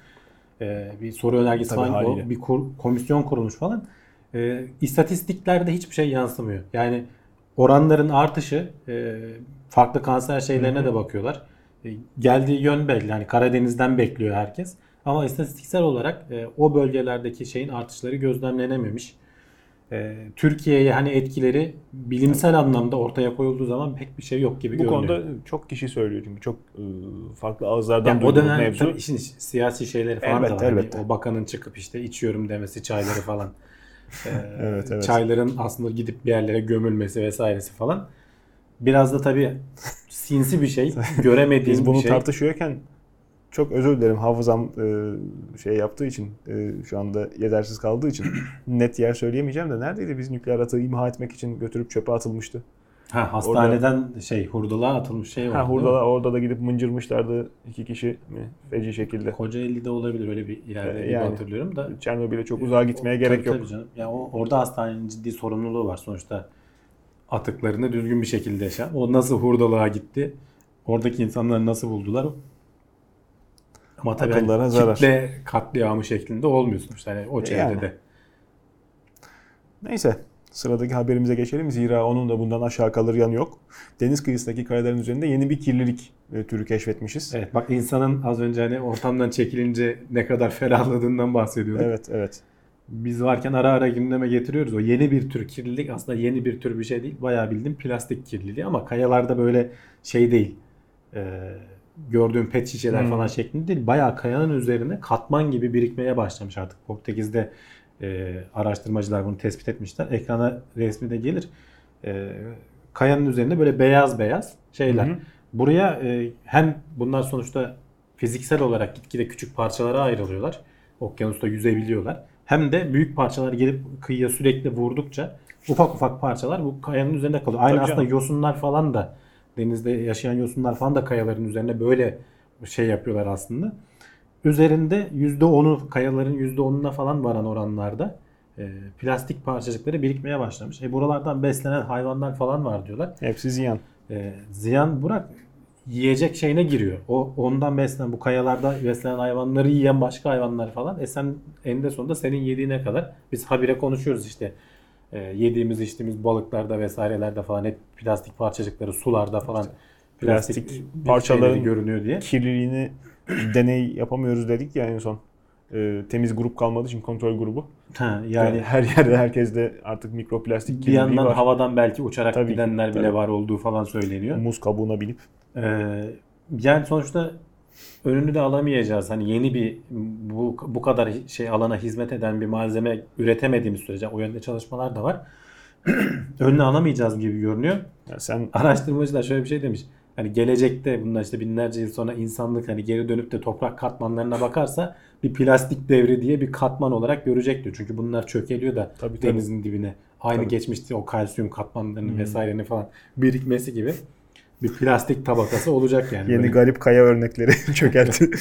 E, bir soru önergesi falan bir kur, komisyon kurulmuş falan. E, istatistiklerde hiçbir şey yansımıyor. Yani oranların artışı e, farklı kanser şeylerine Hı-hı. de bakıyorlar. E, geldiği yön belli. Yani Karadeniz'den bekliyor herkes. Ama istatistiksel olarak e, o bölgelerdeki şeyin artışları gözlemlenememiş. e, Türkiye'ye hani etkileri bilimsel anlamda ortaya koyulduğu zaman pek bir şey yok gibi Bu görünüyor. konuda çok kişi söylüyor çünkü çok e, farklı ağızlardan Yani o duyduğumuz dönem mevzu. tabii işin siyasi şeyleri falan Elbette, da var. Hani elbette. o bakanın çıkıp işte içiyorum demesi çayları falan. Ee, Evet, evet. Çayların aslında gidip bir yerlere gömülmesi vesairesi falan. Biraz da tabii sinsi bir şey. Göremediğin Biz bunu bir şey. tartışıyorken çok özür dilerim, hafızam e, şey yaptığı için, e, şu anda yetersiz kaldığı için net yer söyleyemeyeceğim de neredeydi biz nükleer atığı imha etmek için götürüp çöpe atılmıştı. Ha, hastaneden şey hurdalığa atılmış şey oldu. Ha, değil hurda, mi? orada da gidip mıncırmışlardı iki kişi mi? Feci şekilde. Kocaeli'de olabilir öyle bir yerde Ee, gibi yani. hatırlıyorum da. Çernobil'e çok uzağa gitmeye O- gerek tabii, yok. Tabii canım. Ya o, orada hastanenin ciddi sorumluluğu var sonuçta. Atıklarını düzgün bir şekilde yaşa. O nasıl hurdalığa gitti? Oradaki insanları nasıl buldular? Ama tabii Akıllara hani zarar. kitle katliamı şeklinde olmuyor sonuçta. Yani o çevrede. Yani. Neyse, sıradaki haberimize geçelim. Zira onun da bundan aşağı kalır yanı yok. Deniz kıyısındaki kayaların üzerinde yeni bir kirlilik e, türü keşfetmişiz. Evet, bak insanın az önce hani ortamdan çekilince ne kadar ferahladığından bahsediyorduk. Evet, evet. Biz varken ara ara gündeme getiriyoruz. O yeni bir tür kirlilik aslında yeni bir tür bir şey değil. Bayağı bildiğin plastik kirliliği ama kayalarda böyle şey değil. Ee, gördüğün pet şişeler Hmm. falan şeklinde değil. Bayağı kayanın üzerine katman gibi birikmeye başlamış artık. Portekiz'de e, araştırmacılar bunu tespit etmişler. Ekrana resmi de gelir. E, kayanın üzerinde böyle beyaz beyaz şeyler. Hı hı. Buraya e, hem bunlar sonuçta fiziksel olarak gitgide küçük parçalara ayrılıyorlar. Okyanusta yüzebiliyorlar. Hem de büyük parçalar gelip kıyıya sürekli vurdukça ufak ufak parçalar bu kayanın üzerinde kalıyor. Aynı Tabii aslında canım. yosunlar falan da denizde yaşayan yosunlar falan da kayaların üzerine böyle şey yapıyorlar aslında. Üzerinde yüzde onu kayaların yüzde onuna falan varan oranlarda e, plastik parçacıkları birikmeye başlamış. E buralardan beslenen hayvanlar falan var diyorlar. Hepsi ziyan. E, ziyan bırak yiyecek şeyine giriyor. O ondan beslenen bu kayalarda beslenen hayvanları yiyen başka hayvanlar falan. E sen eninde sonunda senin yediğine kadar biz habire konuşuyoruz işte. E, yediğimiz içtiğimiz balıklarda vesairelerde falan hep plastik parçacıkları sularda falan plastik, Plastik bir parçaların şeyleri görünüyor diye. kirliliğini deney yapamıyoruz dedik ya en son. E, temiz grup kalmadığı için kontrol grubu. Ha, Yani yani her yerde herkeste artık mikroplastik bir kirliliği yandan var. havadan belki uçarak Tabii ki, gidenler bile tabii. var olduğu falan söyleniyor. Muz kabuğuna binip. Ee, yani sonuçta önünü de alamayacağız. Hani yeni bir bu bu kadar şey alana hizmet eden bir malzeme üretemediğimiz sürece o yönde çalışmalar da var. Önünü alamayacağız gibi görünüyor. Ya sen Araştırmacılar şöyle bir şey demiş. Hani gelecekte bundan işte binlerce yıl sonra insanlık hani geri dönüp de toprak katmanlarına bakarsa bir plastik devri diye bir katman olarak görecek diyor. Çünkü bunlar çökeliyor da Tabii, tabii. denizin dibine. Aynı Tabii. geçmişte o kalsiyum katmanlarının Hmm. vesairenin falan birikmesi gibi bir plastik tabakası olacak yani. yeni Böyle. garip kaya örnekleri çökelti.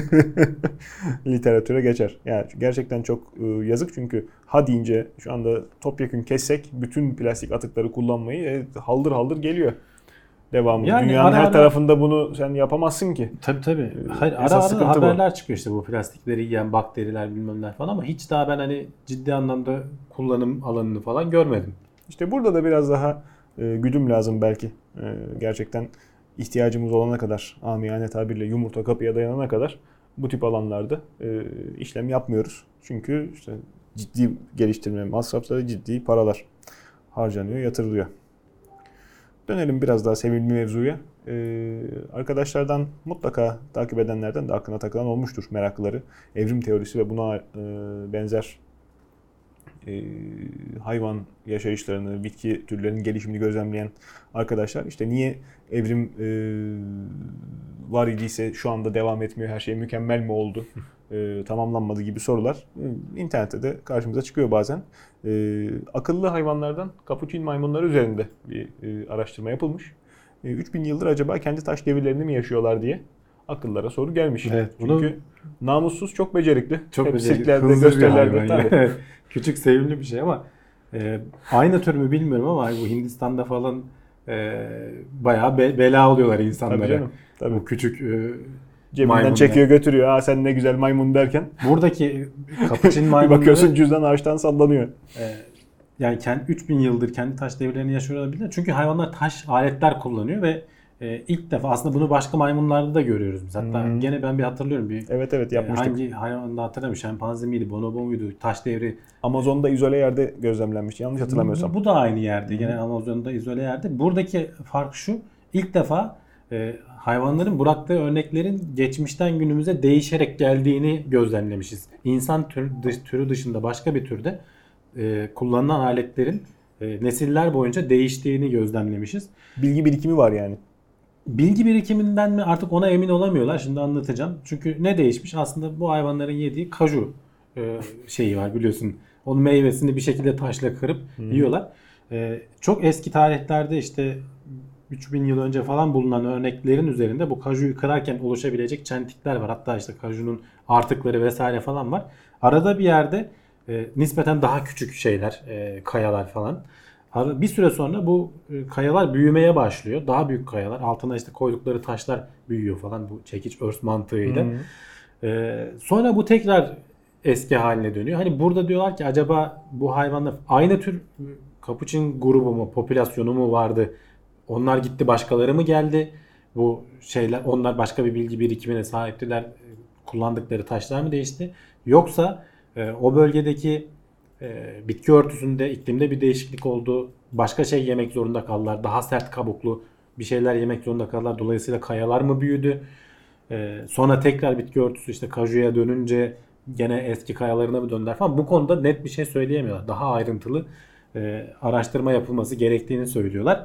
Literatüre geçer. Yani gerçekten çok e, yazık çünkü ha deyince şu anda topyekün kessek bütün plastik atıkları kullanmayı e, haldır haldır geliyor devamlı. Yani Dünyanın ara her ara- tarafında bunu sen yapamazsın ki. Tabii tabii. Hayır, ara esas ara sıkıntı bu. haberler çıkıyor işte bu plastikleri yiyen bakteriler bilmemler falan ama hiç daha ben hani ciddi anlamda kullanım alanını falan görmedim. İşte burada da biraz daha e, güdüm lazım belki. E, gerçekten ihtiyacımız olana kadar, amiyane tabirle yumurta kapıya dayanana kadar bu tip alanlarda e, işlem yapmıyoruz. Çünkü işte ciddi geliştirme masrafları, ciddi paralar harcanıyor, yatırılıyor. Dönelim biraz daha sevimli mevzuya. Ee, arkadaşlardan mutlaka takip edenlerden de aklına takılan olmuştur meraklıları. Evrim teorisi ve buna e, benzer e, hayvan yaşayışlarını, bitki türlerinin gelişimini gözlemleyen arkadaşlar işte niye evrim e, var idiyse şu anda devam etmiyor, her şey mükemmel mi oldu, e, tamamlanmadı gibi sorular e, internette de karşımıza çıkıyor bazen. E, akıllı hayvanlardan kapuçin maymunları üzerinde bir e, araştırma yapılmış. E, üç bin yıldır acaba kendi taş devirlerini mi yaşıyorlar diye akıllara soru gelmiş. Evet, bunu- Çünkü namussuz, çok becerikli. Çok Hep becerikli, sirklerde, hızlı bir gösterilerde. hayvan tabii. yani. Küçük sevimli bir şey ama e, aynı tür mü bilmiyorum ama bu Hindistan'da falan e, bayağı be- bela oluyorlar insanlara. Tabii canım. Tabii. Bu küçük e, Cebinden maymunlar. çekiyor götürüyor. Aa sen ne güzel maymun derken. Buradaki kapuçin Bir maymunları bakıyorsun cüzdan ağaçtan sallanıyor. e, yani kendi üç bin yıldır kendi taş devirlerini yaşıyor olabilir. Çünkü hayvanlar taş aletler kullanıyor ve e, ilk defa aslında bunu başka maymunlarda da görüyoruz biz. Hatta Hmm. gene ben bir hatırlıyorum bir Evet evet e, yapmıştık. hangi hayvanda hatırlamıyorum. Şempanze miydi, bonobo muydu, taş devri. Amazon'da izole yerde gözlemlenmişti yanlış hatırlamıyorsam. Bu, bu da aynı yerde. Gene Amazon'da izole yerde. Buradaki fark şu. İlk defa e, hayvanların bıraktığı örneklerin geçmişten günümüze değişerek geldiğini gözlemlemişiz. İnsan tür, dış, türü dışında başka bir türde e, kullanılan aletlerin e, nesiller boyunca değiştiğini gözlemlemişiz. Bilgi birikimi var yani. Bilgi birikiminden mi artık ona emin olamıyorlar. Şimdi anlatacağım. Çünkü ne değişmiş? Aslında bu hayvanların yediği kaju e, şeyi var biliyorsun. Onun meyvesini bir şekilde taşla kırıp yiyorlar. E, çok eski tarihlerde işte üç bin yıl önce falan bulunan örneklerin üzerinde bu kajuyu kırarken oluşabilecek çentikler var. Hatta işte kajunun artıkları vesaire falan var. Arada bir yerde e, nispeten daha küçük şeyler, e, kayalar falan. Ara- Bir süre sonra bu e, kayalar büyümeye başlıyor. Daha büyük kayalar. Altına işte koydukları taşlar büyüyor falan bu çekiç örs mantığıyla. Hı. E, sonra bu tekrar eski haline dönüyor. Hani burada diyorlar ki acaba bu hayvanlar aynı tür kapuçin grubu mu, popülasyonu mu vardı? Onlar gitti başkaları mı geldi? Bu şeyler onlar başka bir bilgi birikimine sahiptiler. Kullandıkları taşlar mı değişti? Yoksa e, o bölgedeki e, bitki örtüsünde, iklimde bir değişiklik oldu. Başka şey yemek zorunda kaldılar. Daha sert kabuklu bir şeyler yemek zorunda kaldılar. Dolayısıyla kayalar mı büyüdü? E, sonra tekrar bitki örtüsü işte kajuya dönünce gene eski kayalarına mı döndüler falan. Bu konuda net bir şey söyleyemiyorlar. Daha ayrıntılı e, araştırma yapılması gerektiğini söylüyorlar.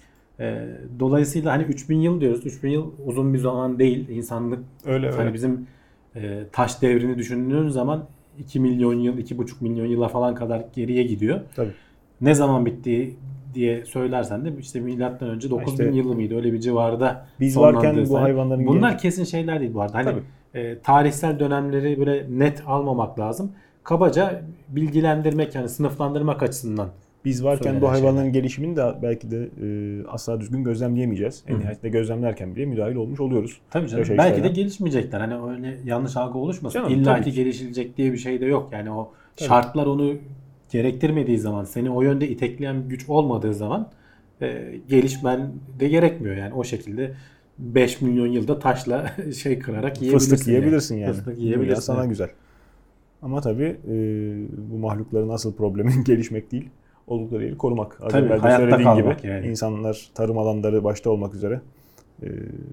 E, dolayısıyla hani üç bin yıl diyoruz. üç bin yıl uzun bir zaman değil. İnsanlık Öyle hani öyle. bizim e, taş devrini düşündüğün zaman iki milyon yıl, iki buçuk milyon yıla falan kadar geriye gidiyor. Tabii. Ne zaman bitti diye söylersen de işte milattan önce dokuz bin İşte yılı mıydı? Öyle bir civarda biz varken sonlandığı bu sayı. hayvanların Bunlar geliş- kesin şeyler değil bu arada. Hani Tabii. e, tarihsel dönemleri böyle net almamak lazım. Kabaca bilgilendirmek yani sınıflandırmak açısından. Biz varken söylenen bu hayvanların şeyler. gelişimini de belki de e, asla düzgün gözlemleyemeyeceğiz. En Hı. nihayetinde gözlemlerken bile müdahil olmuş oluyoruz. Tabii canım. Yaşayış Belki de şeyler. gelişmeyecekler. Hani öyle yanlış algı oluşmasın. Canım, İlla tabii ki ki. gelişilecek diye bir şey de yok. Yani o Tabii. şartlar onu gerektirmediği zaman, seni o yönde itekleyen bir güç olmadığı zaman e, gelişmen de gerekmiyor. Yani o şekilde beş milyon yılda taşla şey kırarak yiyebilirsin. Fıstık yiyebilirsin yani. Fıstık Dünya yiyebilirsin. sana evet. güzel. Ama tabii e, bu mahlukların asıl problemi gelişmek değil, oldukları yeri korumak. Az Tabii, evvel de hayatta söylediğin kalmak gibi yani. insanlar tarım alanları başta olmak üzere e,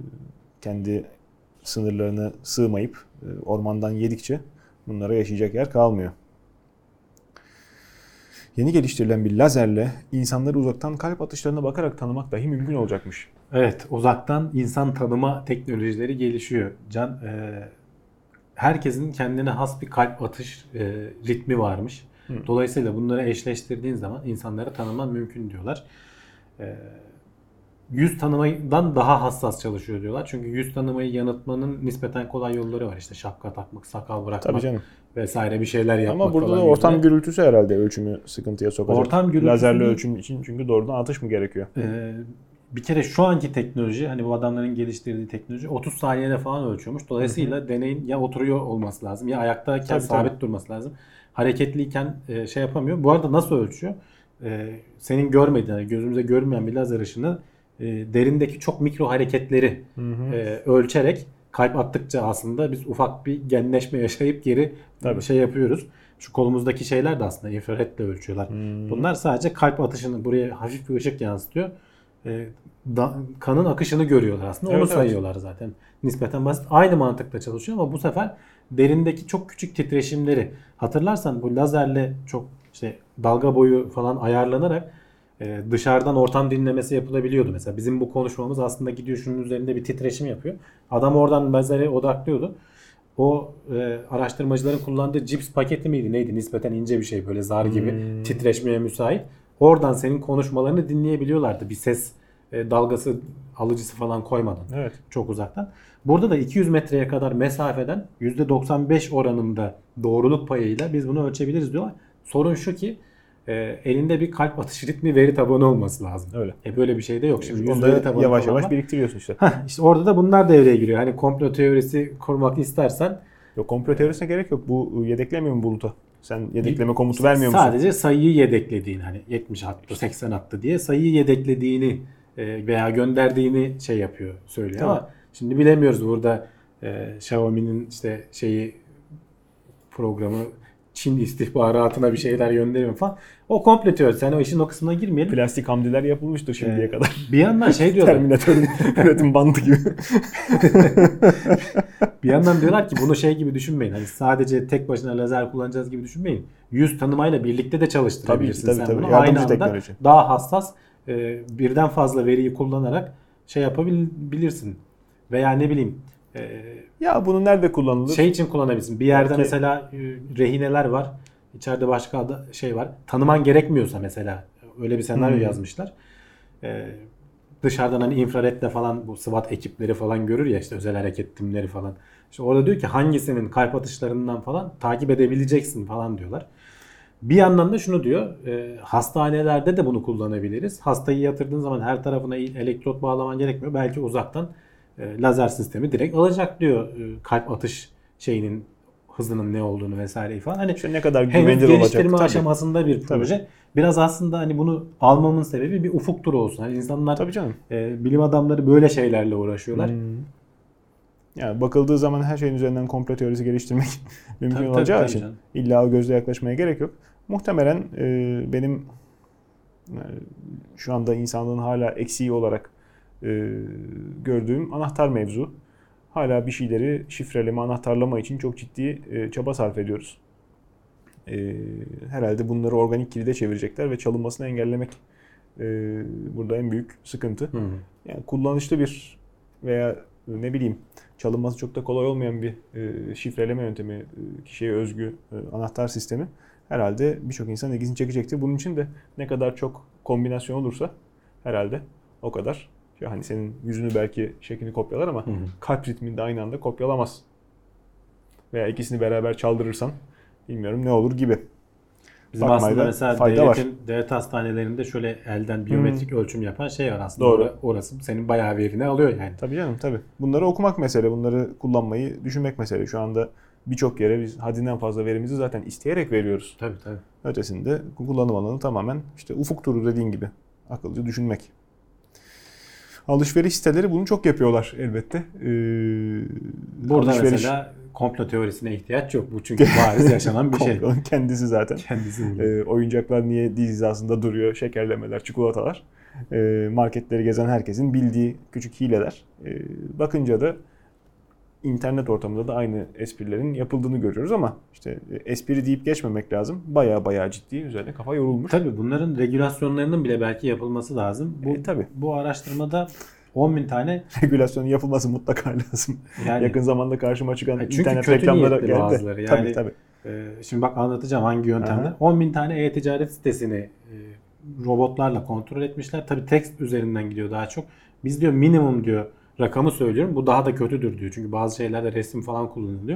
kendi sınırlarını sığmayıp e, ormandan yedikçe bunlara yaşayacak yer kalmıyor. Yeni geliştirilen bir lazerle insanları uzaktan kalp atışlarına bakarak tanımak dahi mümkün olacakmış. Evet, uzaktan insan tanıma teknolojileri gelişiyor. Can, e, herkesin kendine has bir kalp atış e, ritmi varmış. Hı. Dolayısıyla bunları eşleştirdiğin zaman insanları tanıman mümkün diyorlar. E, yüz tanımadan daha hassas çalışıyor diyorlar. Çünkü yüz tanımayı yanıltmanın nispeten kolay yolları var. İşte şapka takmak, sakal bırakmak Tabii canım. vesaire bir şeyler yapmak Ama burada falan da ortam yüzüne. gürültüsü herhalde ölçümü sıkıntıya sokacak. Ortam gürültüsü Lazerle değil. ölçüm için çünkü doğrudan atış mı gerekiyor? Ee, bir kere şu anki teknoloji hani bu adamların geliştirdiği teknoloji otuz saniyede falan ölçüyormuş. Dolayısıyla deneyin ya oturuyor olması lazım ya ayaktayken Tabii, sabit tabii. durması lazım. Hareketliyken e, şey yapamıyor. Bu arada nasıl ölçüyor? E, senin görmediğin, yani gözümüze görmeyen bir lazer ışını e, derindeki çok mikro hareketleri e, ölçerek kalp attıkça aslında biz ufak bir genleşme yaşayıp geri Tabii. şey yapıyoruz. Şu kolumuzdaki şeyler de aslında infraredle ölçüyorlar. Hmm. Bunlar sadece kalp atışını buraya hafif bir ışık yansıtıyor. E, da, kanın akışını görüyorlar aslında. Onu Evet, evet. sayıyorlar zaten. Nispeten basit. Aynı mantıkla çalışıyor ama bu sefer derindeki çok küçük titreşimleri hatırlarsan bu lazerle çok işte dalga boyu falan ayarlanarak e, dışarıdan ortam dinlemesi yapılabiliyordu. Mesela bizim bu konuşmamız aslında gidiyor şunun üzerinde bir titreşim yapıyor. Adam oradan lazere odaklıyordu. O e, araştırmacıların kullandığı cips paketi miydi neydi? Nispeten ince bir şey böyle zar gibi Hmm. titreşmeye müsait. Oradan senin konuşmalarını dinleyebiliyorlardı. Bir ses e, dalgası alıcısı falan koymadan. Evet. Çok uzaktan. Burada da iki yüz metreye kadar mesafeden yüzde doksan beş oranında doğruluk payıyla biz bunu ölçebiliriz diyorlar. Sorun şu ki e, elinde bir kalp atış ritmi veri tabanı olması lazım. Öyle. E böyle bir şey de yok. Şimdi yüz Onu veri da tabanı yavaş falan yavaş var. biriktiriyorsun işte. Heh, işte orada da bunlar devreye giriyor. Hani komplo teorisi kurmak istersen Yok, komplo teorisine gerek yok. Bu yedeklemiyor mu buluta? Sen yedekleme komutu vermiyor musun? sadece sayıyı yedeklediğin hani yetmiş attı seksen attı diye sayıyı yedeklediğini e, veya gönderdiğini şey yapıyor, söylüyor. Tabii. Ama şimdi bilemiyoruz burada e, Xiaomi'nin işte şeyi programı Çin istihbaratına bir şeyler gönderiyor falan. O komple teori. Sen o işin o kısmına girmeyelim. Plastik hamdiler yapılmıştır şimdiye Ee, kadar. Bir yandan şey diyorlar. Terminatörün üretim bandı gibi. Bir yandan diyorlar ki bunu şey gibi düşünmeyin. Hani sadece tek başına lazer kullanacağız gibi düşünmeyin. Yüz tanımayla birlikte de çalıştırabilirsin. Tabii ki, tabii, sen tabii. bunu. Aynı Yardımcı anda teknoloji. daha hassas e, birden fazla veriyi kullanarak şey yapabilirsin. Veya ne bileyim e, Ya bunu nerede kullanılır? şey için kullanabilirsin. Bir yerde Belki- mesela e, rehineler var. İçeride başka ada, şey var. Tanıman gerekmiyorsa mesela öyle bir senaryo Hmm. yazmışlar. Ee, dışarıdan hani infraredle falan bu SWAT ekipleri falan görür ya, işte özel hareket timleri falan. İşte orada diyor ki hangisinin kalp atışlarından falan takip edebileceksin falan diyorlar. Bir yandan da şunu diyor. E, hastanelerde de bunu kullanabiliriz. Hastayı yatırdığın zaman her tarafına elektrot bağlaman gerekmiyor. Belki uzaktan e, lazer sistemi direkt alacak diyor e, kalp atış şeyinin hızının ne olduğunu vesaireyi falan. Hani İşte ne kadar henüz güvenilir olacak. geliştirme Tabii. aşamasında bir proje. Biraz aslında hani bunu almamın sebebi bir ufuk turu olsun. Hani insanlar, Tabii canım. e, bilim adamları böyle şeylerle uğraşıyorlar. Hmm. Yani bakıldığı zaman her şeyin üzerinden komplo teorisi geliştirmek mümkün Tabii, olacağı tabii, için tabii illa o gözle yaklaşmaya gerek yok. Muhtemelen e, benim e, şu anda insanlığın hala eksiği olarak e, gördüğüm anahtar mevzu. Hala bir şeyleri şifreleme, anahtarlama için çok ciddi e, çaba sarf ediyoruz. E, herhalde bunları organik kilide çevirecekler ve çalınmasını engellemek e, burada en büyük sıkıntı. Hı hı. Yani kullanışlı bir veya ne bileyim çalınması çok da kolay olmayan bir e, şifreleme yöntemi, e, kişiye özgü e, anahtar sistemi herhalde birçok insan ilgisini çekecektir. Bunun için de ne kadar çok kombinasyon olursa herhalde o kadar. Ya hani senin yüzünü belki şeklini kopyalar ama Hı hı. kalp ritmini de aynı anda kopyalamaz. Veya ikisini beraber çaldırırsan bilmiyorum ne olur gibi. Bizim Bakmayda aslında mesela fayda var. devletin, devlet hastanelerinde şöyle elden biyometrik ölçüm yapan şey var aslında. Doğru. Ora- Orası senin bayağı verini alıyor yani. Tabii canım tabii. Bunları okumak mesele, bunları kullanmayı düşünmek mesele. Şu anda birçok yere biz haddinden fazla verimizi zaten isteyerek veriyoruz. Tabii tabii. Ötesinde kullanım alanı tamamen işte ufuk turu dediğin gibi akıllıca düşünmek. Alışveriş siteleri bunu çok yapıyorlar elbette. Ee, Burada alışveriş- mesela komplo teorisine ihtiyaç yok. Bu çünkü bariz yaşanan bir şey. Komplonun kendisi zaten. Kendisi bu. Ee, oyuncaklar niye diz hizasında duruyor? Şekerlemeler, çikolatalar. Ee, marketleri gezen herkesin bildiği küçük hileler. Ee, bakınca da internet ortamında da aynı esprilerin yapıldığını görüyoruz ama işte espri deyip geçmemek lazım. Baya baya ciddi üzerine kafa yorulmuş. Tabii bunların regülasyonlarının bile belki yapılması lazım. Bu, E, tabii. bu araştırmada on bin tane Regülasyonun yapılması mutlaka lazım. yani Yakın zamanda karşıma çıkan çünkü internet kötü reklamlara niyetli geldi. bazıları. Yani, Tabii tabii. e, şimdi bak anlatacağım hangi yöntemler. Aha. on bin tane e-ticaret sitesini e, robotlarla kontrol etmişler. Tabii tekst üzerinden gidiyor daha çok. Biz diyor minimum diyor rakamı söylüyorum. Bu daha da kötüdür diyor. Çünkü bazı şeylerde resim falan kullanılıyor.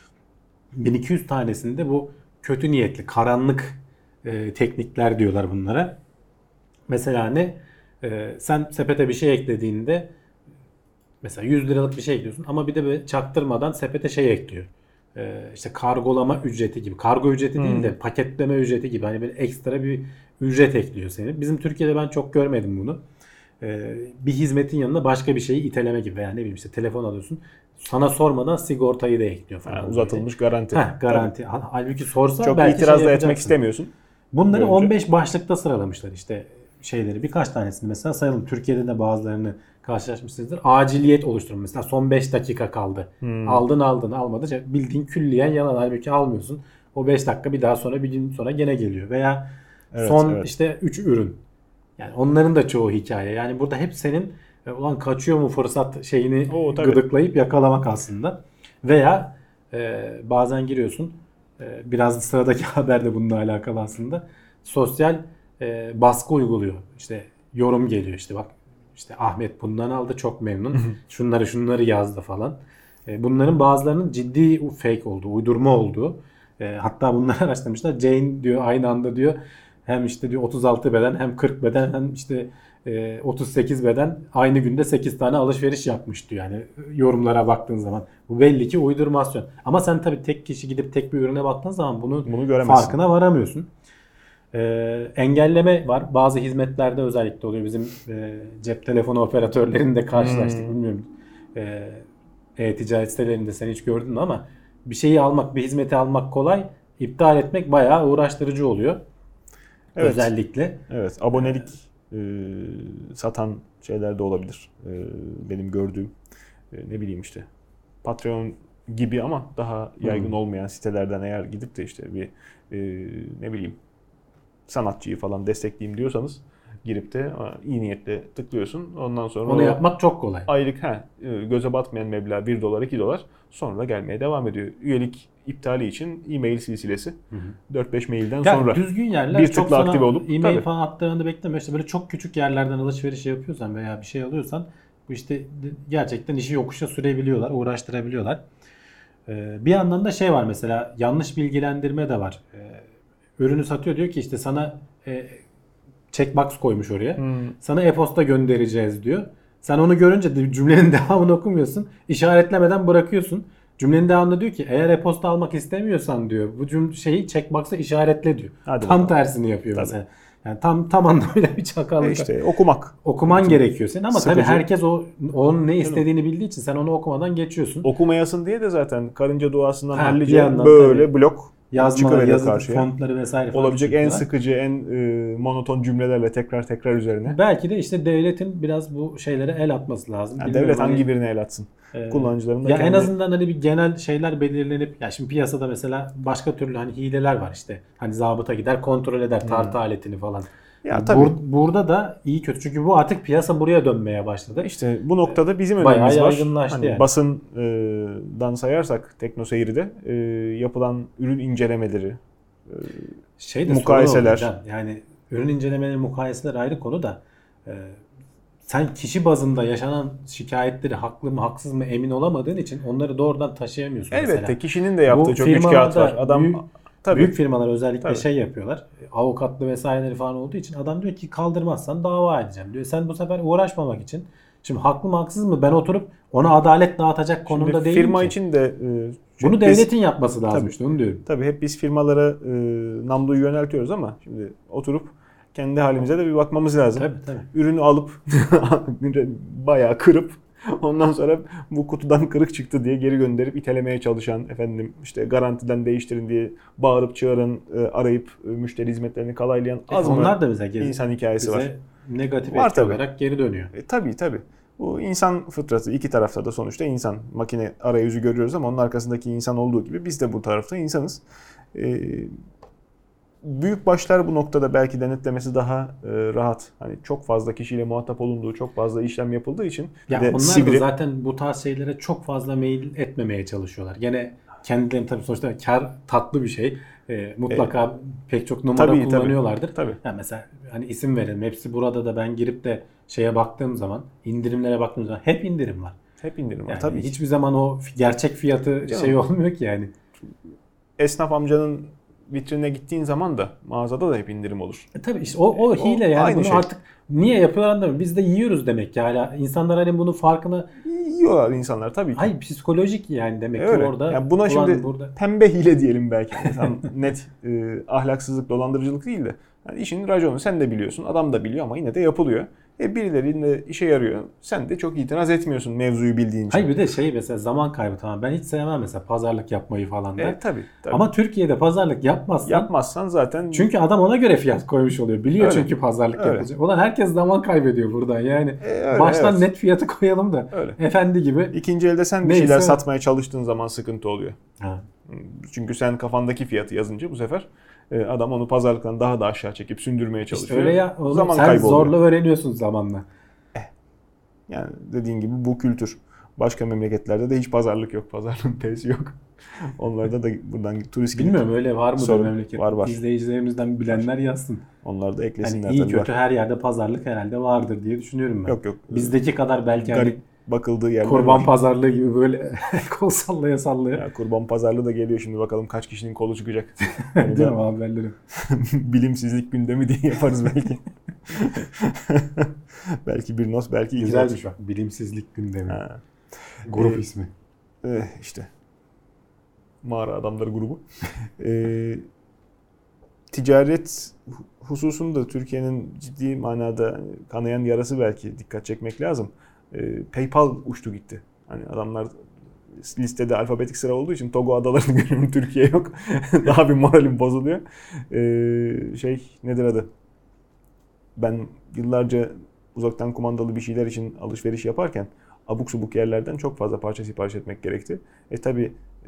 bin iki yüz tanesinde bu kötü niyetli, karanlık e, teknikler diyorlar bunlara. Mesela ne? E, sen sepete bir şey eklediğinde mesela yüz liralık bir şey ekliyorsun ama bir de böyle çaktırmadan sepete şey ekliyor. E, işte kargolama ücreti gibi. Kargo ücreti Hmm. değil de paketleme ücreti gibi. Hani böyle ekstra bir ücret ekliyor senin. Bizim Türkiye'de ben çok görmedim bunu. E, bir hizmetin yanına başka bir şeyi iteleme gibi. Yani ne bileyim işte telefon alıyorsun. Sana sormadan sigortayı da ekliyor falan. Ha, uzatılmış garanti. Heh, garanti. Hal- Halbuki sorsa Tabii. Çok belki itiraz şey da etmek yapacaksın. istemiyorsun. Bunları Görünce. on beş başlıkta sıralamışlar işte şeyleri. Birkaç tanesini mesela sayalım. Türkiye'de de bazılarını karşılaşmışsınızdır. Aciliyet oluşturma. Mesela son beş dakika kaldı. Hmm. Aldın aldın almadı. İşte bildiğin külliyen yalan. Halbuki almıyorsun. O beş dakika bir daha sonra bir gün sonra gene geliyor. Veya Evet, son evet. işte üç ürün. Yani onların da çoğu hikaye. Yani burada hep senin e, ulan kaçıyor mu fırsat şeyini Oo, tabii. gıdıklayıp yakalamak aslında. Veya e, bazen giriyorsun. e, biraz sıradaki haber de bununla alakalı aslında. Sosyal e, baskı uyguluyor. İşte yorum geliyor. İşte bak işte Ahmet bundan aldı çok memnun. Şunları şunları yazdı falan. E, bunların bazılarının ciddi fake olduğu, uydurma olduğu. E, hatta bunları araştırmışlar. Jane diyor aynı anda diyor hem işte diyor otuz altı beden hem kırk beden hem işte e, otuz sekiz beden aynı günde sekiz tane alışveriş yapmış diyor. Yani yorumlara baktığın zaman. Bu belli ki uydurmasyon. Ama sen tabii tek kişi gidip tek bir ürüne baktığın zaman bunun Bunu göremezsin. farkına varamıyorsun. Ee, engelleme var. Bazı hizmetlerde özellikle oluyor. Bizim e, cep telefonu operatörlerinde karşılaştık. Hmm. Bilmiyorum. Ee, e-ticaret sitelerinde sen hiç gördün mü ama bir şeyi almak, bir hizmeti almak kolay. İptal etmek bayağı uğraştırıcı oluyor. Evet. Özellikle. Evet, abonelik e, satan şeyler de olabilir. E, benim gördüğüm e, ne bileyim işte Patreon gibi ama daha yaygın Hmm. olmayan sitelerden eğer gidip de işte bir e, ne bileyim sanatçıyı falan destekleyeyim diyorsanız girip de a, iyi niyetle tıklıyorsun. Ondan sonra Onu o yapmak çok kolay. aylık he, e, göze batmayan meblağ bir dolar iki dolar sonra gelmeye devam ediyor. Üyelik iptali için e-mail silsilesi Hı hı. dört beş mailden Ya sonra düzgün yerler bir çok tıkla sana aktive olup, e-mail tabii. falan attığını bekleme. İşte böyle çok küçük yerlerden alışveriş yapıyorsan veya bir şey alıyorsan bu işte gerçekten işi yokuşa sürebiliyorlar, uğraştırabiliyorlar. Ee, bir yandan da şey var mesela yanlış bilgilendirme de var. Ee, ürünü satıyor diyor ki işte sana e, checkbox koymuş oraya. Hmm. Sana e-posta göndereceğiz diyor. Sen onu görünce de cümlenin devamını okumuyorsun. İşaretlemeden bırakıyorsun. Cümlenin devamında diyor ki eğer e-posta almak istemiyorsan diyor bu cümle şeyi checkbox'a işaretle diyor. Hadi tam bakalım. tersini yapıyor Tabii. mesela. Yani tam tam anlamıyla bir çakallık. E işte okumak. Okuman gerekiyor senin ama Sıkıcı. tabii herkes o onun ne istediğini bildiği için sen onu okumadan geçiyorsun. Okumayasın diye de zaten karınca duasından Ha, hallice bir yandan böyle tabii. blok Yazma, çıkıveriyor yazı, karşıya. fontları vesaire falan Olabilecek en çıkıyorlar. sıkıcı, en e, monoton cümlelerle tekrar tekrar üzerine. Belki de işte devletin biraz bu şeylere el atması lazım. Yani Bilmiyorum devlet hani, hangi birine el atsın? e, Kullanıcıların da ya kendi... en azından hani bir genel şeyler belirlenip ya şimdi piyasada mesela başka türlü hani hileler var işte. Hani zabıta gider kontrol eder tartı aletini falan. Ya Yani tabii. bur- burada da iyi kötü. Çünkü bu artık piyasa buraya dönmeye başladı. İşte bu noktada bizim Bayağı önemimiz var. yaygınlaştı Hani yani. basından sayarsak TeknoSeyir'de e, yapılan ürün incelemeleri, e, Şey de mukayeseler. sorun oldu Can. Yani ürün incelemeleri, mukayeseler ayrı konu da e, sen kişi bazında yaşanan şikayetleri haklı mı haksız mı emin olamadığın için onları doğrudan taşıyamıyorsun elbette mesela. kişinin de yaptığı Bu çok üç kağıt var. firmalarda Adam büyük, tabii. büyük firmalar özellikle Tabii. şey yapıyorlar. Avukatlı vesaireleri falan olduğu için adam diyor ki kaldırmazsan dava edeceğim diyor. Sen bu sefer uğraşmamak için şimdi haklı mı haksız mı ben oturup ona adalet dağıtacak konumda Şimdi değilim firma ki. için de e, Bunu biz- devletin yapması lazım Tabii. işte onu diyorum. Tabii hep biz firmalara e, namluyu yöneltiyoruz ama şimdi oturup kendi halimize de bir bakmamız lazım. Tabii tabii. Ürünü alıp bayağı kırıp ondan sonra bu kutudan kırık çıktı diye geri gönderip itelemeye çalışan efendim işte garantiden değiştirin diye bağırıp çağıran e, arayıp e, müşteri hizmetlerini kalaylayan az mı Onlar da mesela gez- insan hikayesi bize var. negatif Var etki tabii. olarak geri dönüyor. E, tabii tabii. Bu insan fıtratı iki tarafta da sonuçta insan. Makine arayüzü görüyoruz ama onun arkasındaki insan olduğu gibi biz de bu tarafta insanız. E, büyük başlar bu noktada belki denetlemesi daha e, rahat. Hani çok fazla kişiyle muhatap olunduğu, çok fazla işlem yapıldığı için Ya bir de onlar sivri. da zaten bu tarz şeylere çok fazla mail etmemeye çalışıyorlar. Gene kendilerini tabii sonuçta kar tatlı bir şey. E, mutlaka pek çok numara tabii, tabii. kullanıyorlardır. Tabii. Ya mesela hani isim verelim. Hepsi burada da ben girip de şeye baktığım zaman, indirimlere baktığım zaman hep indirim var. Hep indirim var. Yani Tabii ki. hiçbir zaman o gerçek fiyatı Canım. şey olmuyor ki yani. Esnaf amcanın vitrinine gittiğin zaman da mağazada da hep indirim olur. E tabii işte o, o hile yani aynı bunu şey. artık niye yapıyorlar anlamıyorum. Biz de yiyoruz demek ki hala. İnsanlar hani bunun farkına Yiyorlar insanlar tabii ki. hayır psikolojik yani demek Öyle. ki orada. Yani buna ulan şimdi burada pembe hile diyelim belki. Yani tam net e, ahlaksızlık, dolandırıcılık değil de. Yani işin raconu sen de biliyorsun, adam da biliyor ama yine de yapılıyor. E birilerinin de işe yarıyor. Sen de çok itiraz etmiyorsun mevzuyu bildiğin için. hayır bir de şey mesela zaman kaybı tamam. Ben hiç sevmem mesela pazarlık yapmayı falan da. E, tabii, tabii. Ama Türkiye'de pazarlık yapmazsan yapmazsan zaten çünkü adam ona göre fiyat koymuş oluyor. Biliyor Öyle. çünkü pazarlık Öyle. yapacak. Ulan herkes zaman kaybediyor buradan yani. E, öyle, Baştan evet. net fiyatı koyalım da. Öyle. Efendi gibi. İkinci elde sen bir Neyse. şeyler satmaya çalıştığın zaman sıkıntı oluyor. Ha. Çünkü sen kafandaki fiyatı yazınca bu sefer e, adam onu pazarlıktan daha da aşağı çekip sündürmeye İşte çalışıyor. öyle ya. Oğlum, Zaman sen kaybı oluyor. zorla öğreniyorsun zamanla. Yani dediğin gibi bu kültür. Başka memleketlerde de hiç pazarlık yok. Pazarlığın T'si yok. Onlarda da buradan turist gidip Bilmiyorum öyle var mı da sorun. memleket? Var, var. İzleyicilerimizden bilenler yazsın. onlar da eklesinler Yani iyi tabii kötü var. her yerde pazarlık herhalde vardır diye düşünüyorum ben. Yok yok. Bizdeki kadar belki hani Garip bakıldığı yerler kurban var. pazarlığı gibi böyle kol sallaya sallaya. Ya, kurban pazarlığı da geliyor şimdi bakalım kaç kişinin kolu çıkacak. Onu Değil mi da haberleri? bilimsizlik gündemi diye yaparız belki. belki bir not belki iki not. Güzelmiş bak. Bilimsizlik gündemi. Ha. Grup Ee, ismi. Eh, işte mağara adamları grubu. Ee, ticaret hususunda Türkiye'nin ciddi manada kanayan yarası belki dikkat çekmek lazım. E, PayPal uçtu gitti. Hani adamlar listede alfabetik sıra olduğu için Togo adalarını görüyorum, Türkiye yok. Daha bir moralim bozuluyor. E, şey nedir adı? Ben yıllarca uzaktan kumandalı bir şeyler için alışveriş yaparken abuk subuk yerlerden çok fazla parça sipariş etmek gerekti. E tabi e,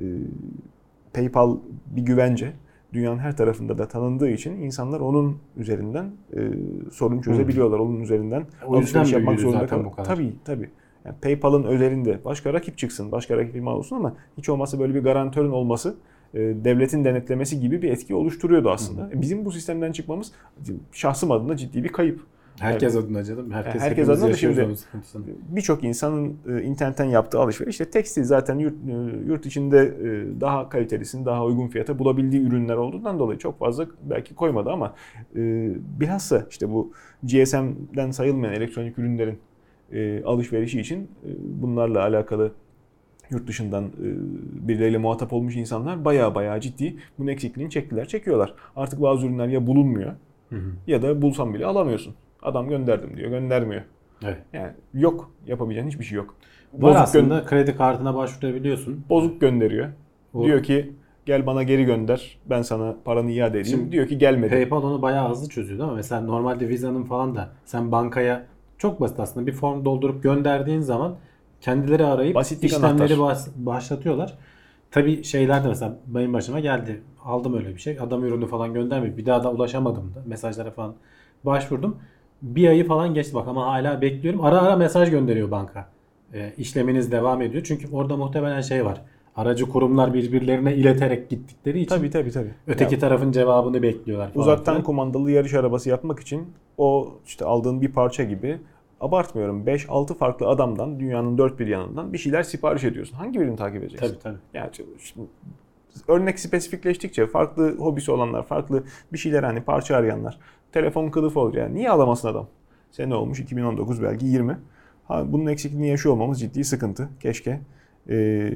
PayPal bir güvence. Dünyanın her tarafında da tanındığı için insanlar onun üzerinden e, sorun çözebiliyorlar. Onun üzerinden O yüzden alışveriş yapmak büyüdü zorunda zaten kalıyor. bu kadar. Tabii tabii. Yani PayPal'ın özelinde başka rakip çıksın, başka rakip firma olsun ama hiç olmazsa böyle bir garantörün olması e, devletin denetlemesi gibi bir etki oluşturuyordu aslında. Hı hı. Bizim bu sistemden çıkmamız şahsım adına ciddi bir kayıp. Herkes yani, adına canım. Herkes, herkes adına da şimdi birçok insanın e, internetten yaptığı alışveriş. İşte tekstil zaten yurt, e, yurt içinde e, daha kalitelisini, daha uygun fiyata bulabildiği ürünler olduğundan dolayı çok fazla belki koymadı ama e, bilhassa işte bu G S M'den sayılmayan elektronik ürünlerin e, alışverişi için e, bunlarla alakalı yurt dışından e, birileriyle muhatap olmuş insanlar bayağı bayağı ciddi bunun eksikliğini çektiler, çekiyorlar. Artık bazı ürünler ya bulunmuyor hı hı. ya da bulsam bile alamıyorsun. Adam gönderdim diyor, göndermiyor. Evet. Yani yok, yapabileceğin hiçbir şey yok. Var bozuk aslında gö- kredi kartına başvurabiliyorsun. Bozuk gönderiyor. O. Diyor ki gel bana geri gönder, ben sana paranı iade edeyim. Şimdi, diyor ki gelmedi. PayPal onu bayağı hızlı çözüyor değil mi? Mesela normalde Visa'nın falan da sen bankaya çok basit aslında bir form doldurup gönderdiğin zaman kendileri arayıp Basitlik işlemleri bas- başlatıyorlar. Tabii şeyler de mesela benim başıma geldi. Aldım öyle bir şey. Adam ürünü falan göndermiyor. Bir daha da ulaşamadım da. Mesajlara falan başvurdum. Bir ayı falan geçti bak ama hala bekliyorum. Ara ara mesaj gönderiyor banka. E, işleminiz devam ediyor. Çünkü orada muhtemelen şey var. Aracı kurumlar birbirlerine ileterek gittikleri için tabii, tabii, tabii. öteki ya, tarafın cevabını bekliyorlar falan. Uzaktan falan. kumandalı yarış arabası yapmak için o işte aldığın bir parça gibi abartmıyorum beş altı farklı adamdan dünyanın dört bir yanından bir şeyler sipariş ediyorsun. Hangi birini takip edeceksin? Tabii tabii. Yani şimdi örnek spesifikleştikçe farklı hobisi olanlar, farklı bir şeyler hani parça arayanlar telefon kılıfı olur yani. Niye alamasın adam? Sene olmuş iki bin on dokuz belki yirmi. Ha, bunun eksikliğini yaşıyor olmamız ciddi sıkıntı. Keşke ee,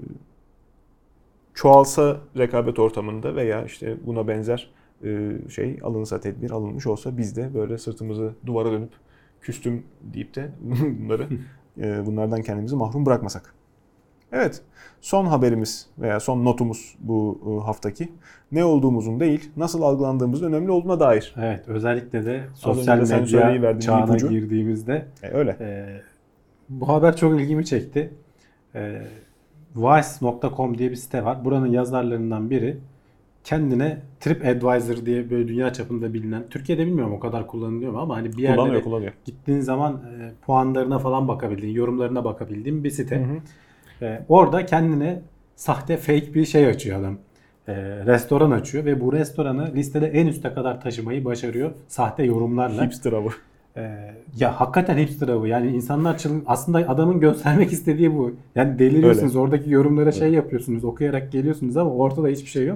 çoğalsa rekabet ortamında veya işte buna benzer e, şey alınsa, tedbir alınmış olsa biz de böyle sırtımızı duvara dönüp küstüm deyip de bunları e, bunlardan kendimizi mahrum bırakmasak. Evet, son haberimiz veya son notumuz bu haftaki ne olduğumuzun değil, nasıl algılandığımızın önemli olduğuna dair. Evet, özellikle de sosyal medya çağına girdiğimizde e, öyle. E, bu haber çok ilgimi çekti. E, Vice nokta com diye bir site var. Buranın yazarlarından biri kendine TripAdvisor diye böyle dünya çapında bilinen, Türkiye'de bilmiyorum o kadar kullanılıyor mu ama hani bir yerlere kullanıyor. Gittiğin zaman e, puanlarına falan bakabildiğin, yorumlarına bakabildiğin bir site. Hı hı. Ee, orada kendine sahte fake bir şey açıyor adam. Ee, restoran açıyor ve bu restoranı listede en üste kadar taşımayı başarıyor. Sahte yorumlarla. Hipster avı. Ee, ya hakikaten hipster avı. Yani insanlar çılgın. Aslında adamın göstermek istediği bu. Yani deliriyorsunuz. Öyle. Oradaki yorumlara evet. şey yapıyorsunuz. Okuyarak geliyorsunuz ama ortada hiçbir şey yok.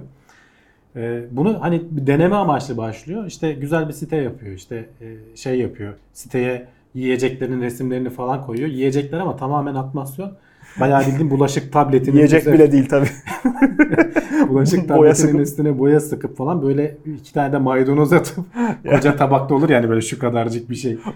Ee, bunu hani bir deneme amaçlı başlıyor. İşte güzel bir site yapıyor. İşte e, şey yapıyor. Siteye yiyeceklerin resimlerini falan koyuyor. Yiyecekler ama tamamen atmasyon. Bayağı bildiğin bulaşık tabletinin yiyecek üstüne... bile değil tabii. bulaşık tabletinin üstüne boya sıkıp falan böyle iki tane de maydanoz atıp koca tabakta olur yani böyle şu kadarcık bir şey.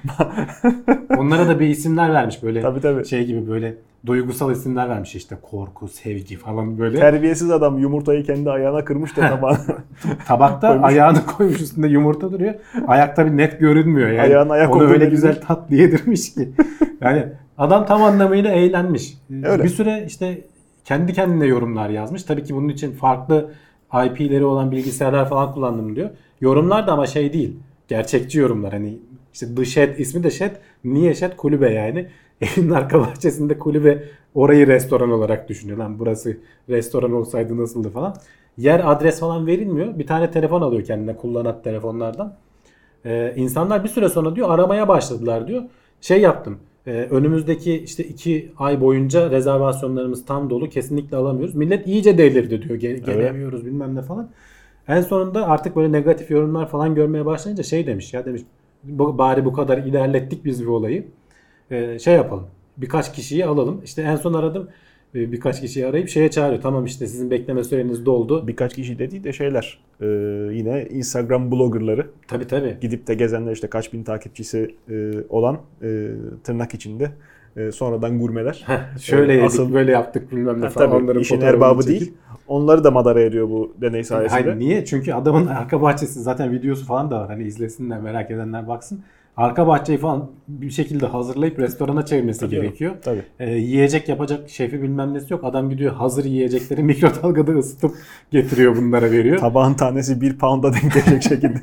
Onlara da bir isimler vermiş böyle tabii, tabii. şey gibi böyle duygusal isimler vermiş işte korku, sevgi falan böyle. Terbiyesiz adam yumurtayı kendi ayağına kırmış da tabağına. Tabakta koymuş. Ayağını koymuş üstünde yumurta duruyor. Ayak tabii net görünmüyor yani. Ayağına ayak onu öyle güzel tatlı yedirmiş ki. Yani adam tam anlamıyla eğlenmiş. Öyle. Bir süre işte kendi kendine yorumlar yazmış. Tabii ki bunun için farklı I P'leri olan bilgisayarlar falan kullandım diyor. Yorumlar da ama şey değil. Gerçekçi yorumlar. Hani işte The Shed ismi de Shed. Niye Shed? Kulübe yani. Evinin arka bahçesinde kulübe orayı restoran olarak düşünüyor. Lan burası restoran olsaydı nasıldı falan. Yer adres falan verilmiyor. Bir tane telefon alıyor kendine kullanat telefonlardan. Ee, insanlar bir süre sonra diyor aramaya başladılar diyor. Şey yaptım. E, önümüzdeki işte iki ay boyunca rezervasyonlarımız tam dolu. Kesinlikle alamıyoruz. Millet iyice delirdi diyor. Ge- gelemiyoruz evet. bilmem ne falan. En sonunda artık böyle negatif yorumlar falan görmeye başlayınca şey demiş ya demiş bari bu kadar ilerlettik biz bu olayı. Ee, şey yapalım. Birkaç kişiyi alalım. İşte en son aradım. e, birkaç kişiyi arayıp şeye çağırıyor. Tamam işte sizin bekleme süreniz doldu. Birkaç kişi dediği de şeyler. e, yine Instagram bloggerları. Tabii tabii. Gidip de gezenler işte kaç bin takipçisi e, olan e, tırnak içinde e, sonradan gurmeler. Heh, şöyle E, yedik asıl- böyle yaptık bilmem ne Ha, falan. tabii Onların işin fotoğrafını erbabı çekip- değil. Onları da madara ediyor bu deney sayesinde. Hayır niye? Çünkü adamın arka bahçesi zaten videosu falan da var. Hani izlesinler merak edenler baksın. Arka bahçeyi falan bir şekilde hazırlayıp restorana çevirmesi Tabii, gerekiyor. tabii. Ee, yiyecek yapacak şefi bilmem nesi yok. Adam gidiyor hazır yiyecekleri mikrodalgada ısıtıp getiriyor bunlara veriyor. Tabağın tanesi bir pound'a denk gelecek şekilde.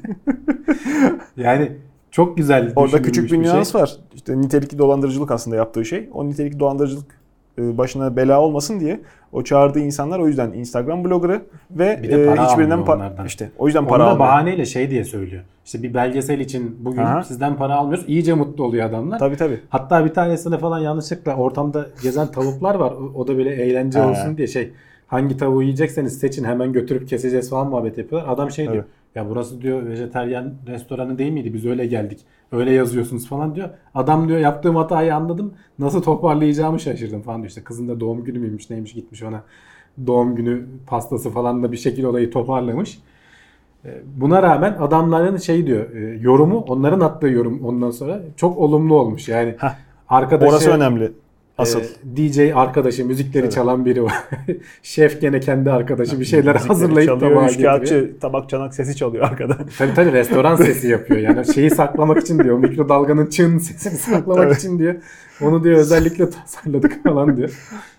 Yani çok güzel Orada düşünülmüş küçük bir bir nüans şey. var. İşte nitelikli dolandırıcılık aslında yaptığı şey. O nitelikli dolandırıcılık e, başına bela olmasın diye o çağırdığı insanlar o yüzden Instagram bloggerı ve Bir de para e, hiçbirinden almıyor pa- onlardan. işte o yüzden Onu para da almıyor. bahaneyle şey diye söylüyor. İşte bir belgesel için bugün Aha. sizden para almıyoruz. İyice mutlu oluyor adamlar. Tabii tabii. Hatta bir tanesinde falan yanlışlıkla ortamda gezen tavuklar var. O- O da böyle eğlence He. olsun diye şey hangi tavuğu yiyecekseniz seçin hemen götürüp keseceğiz falan muhabbet yapıyorlar. Adam şey diyor. Evet. Ya burası diyor vejetaryen restoranı değil miydi? Biz öyle geldik. Öyle yazıyorsunuz falan diyor. Adam diyor yaptığım hatayı anladım. Nasıl toparlayacağımı şaşırdım falan diyor. İşte kızın da doğum günü müymüş neymiş gitmiş ona doğum günü pastası falan da bir şekilde olayı toparlamış. E, Buna rağmen adamların şey diyor e, yorumu onların attığı yorum ondan sonra çok olumlu olmuş. Yani Heh. arkadaşı Orası önemli. Asıl. e, D J arkadaşı müzikleri Evet. çalan biri var. Şef gene kendi arkadaşı bir şeyler Müzikleri hazırlayıp çalıyor, tabağa üçkağıtçı getiriyor. tabak çanak sesi çalıyor arkada. Tabii tabii restoran sesi yapıyor. Yani şeyi saklamak için diyor. Mikrodalganın çın sesini saklamak Evet. için diyor. Onu diyor özellikle tasarladık falan diyor.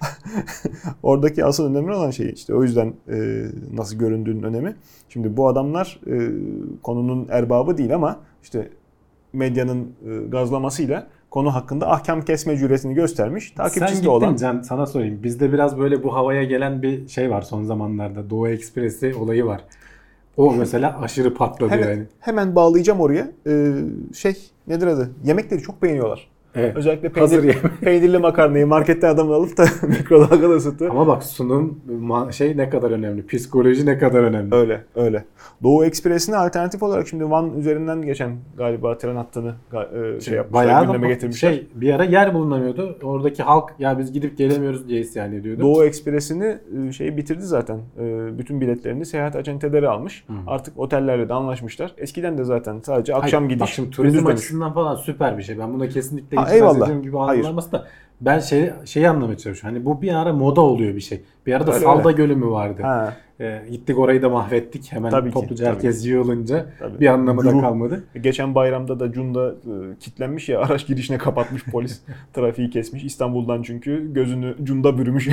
Oradaki asıl önemli olan şey işte o yüzden e, nasıl göründüğünün önemi. Şimdi bu adamlar e, konunun erbabı değil ama işte medyanın e, gazlamasıyla konu hakkında ahkam kesme cüretini göstermiş. Sen Takipçisi gittin de olan. Can sana sorayım. Bizde biraz böyle bu havaya gelen bir şey var son zamanlarda. Doğu Ekspresi olayı var. O mesela aşırı patladı Hemen, yani. hemen bağlayacağım oraya. E, şey nedir adı? Yemekleri çok beğeniyorlar. Evet. Özellikle Hazır peynir, yemek. peynirli makarnayı marketten adamın alıp da mikrodalgada ısıttı. Ama bak sunum ma- şey ne kadar önemli. Psikoloji ne kadar önemli. Öyle, öyle. Doğu Ekspresi'ne alternatif olarak şimdi Van üzerinden geçen galiba tren hattını e, şey yapmışlar, Bayağı gündeme da getirmişler. şey bir ara yer bulunamıyordu. Oradaki halk ya biz gidip gelemiyoruz diye isyan ediyordu. Doğu Ekspresi'ni e, şey bitirdi zaten. E, bütün biletlerini seyahat acenteleri almış. Hı. Artık otellerle de anlaşmışlar. Eskiden de zaten sadece akşam Hayır, gidiş. Bak şimdi gündüz turizm dönüş. açısından falan süper bir şey. Ben buna kesinlikle Ha, hiç eyvallah. dediğim gibi Hayır. anlamaz da ben şey şeyi anlamaya çalışıyorum. Hani bu bir ara moda oluyor bir şey. Bir arada Öyle, Salda öyle. Gölü mü vardı? Ha, Ee, gittik orayı da mahvettik. Hemen Tabii ki, topluca tabii herkes yığılınca tabii. bir anlamı da Güruh. kalmadı. Geçen bayramda da Cunda e, kitlenmiş ya, araç girişine kapatmış polis. Trafiği kesmiş. İstanbul'dan çünkü gözünü Cunda bürümüş.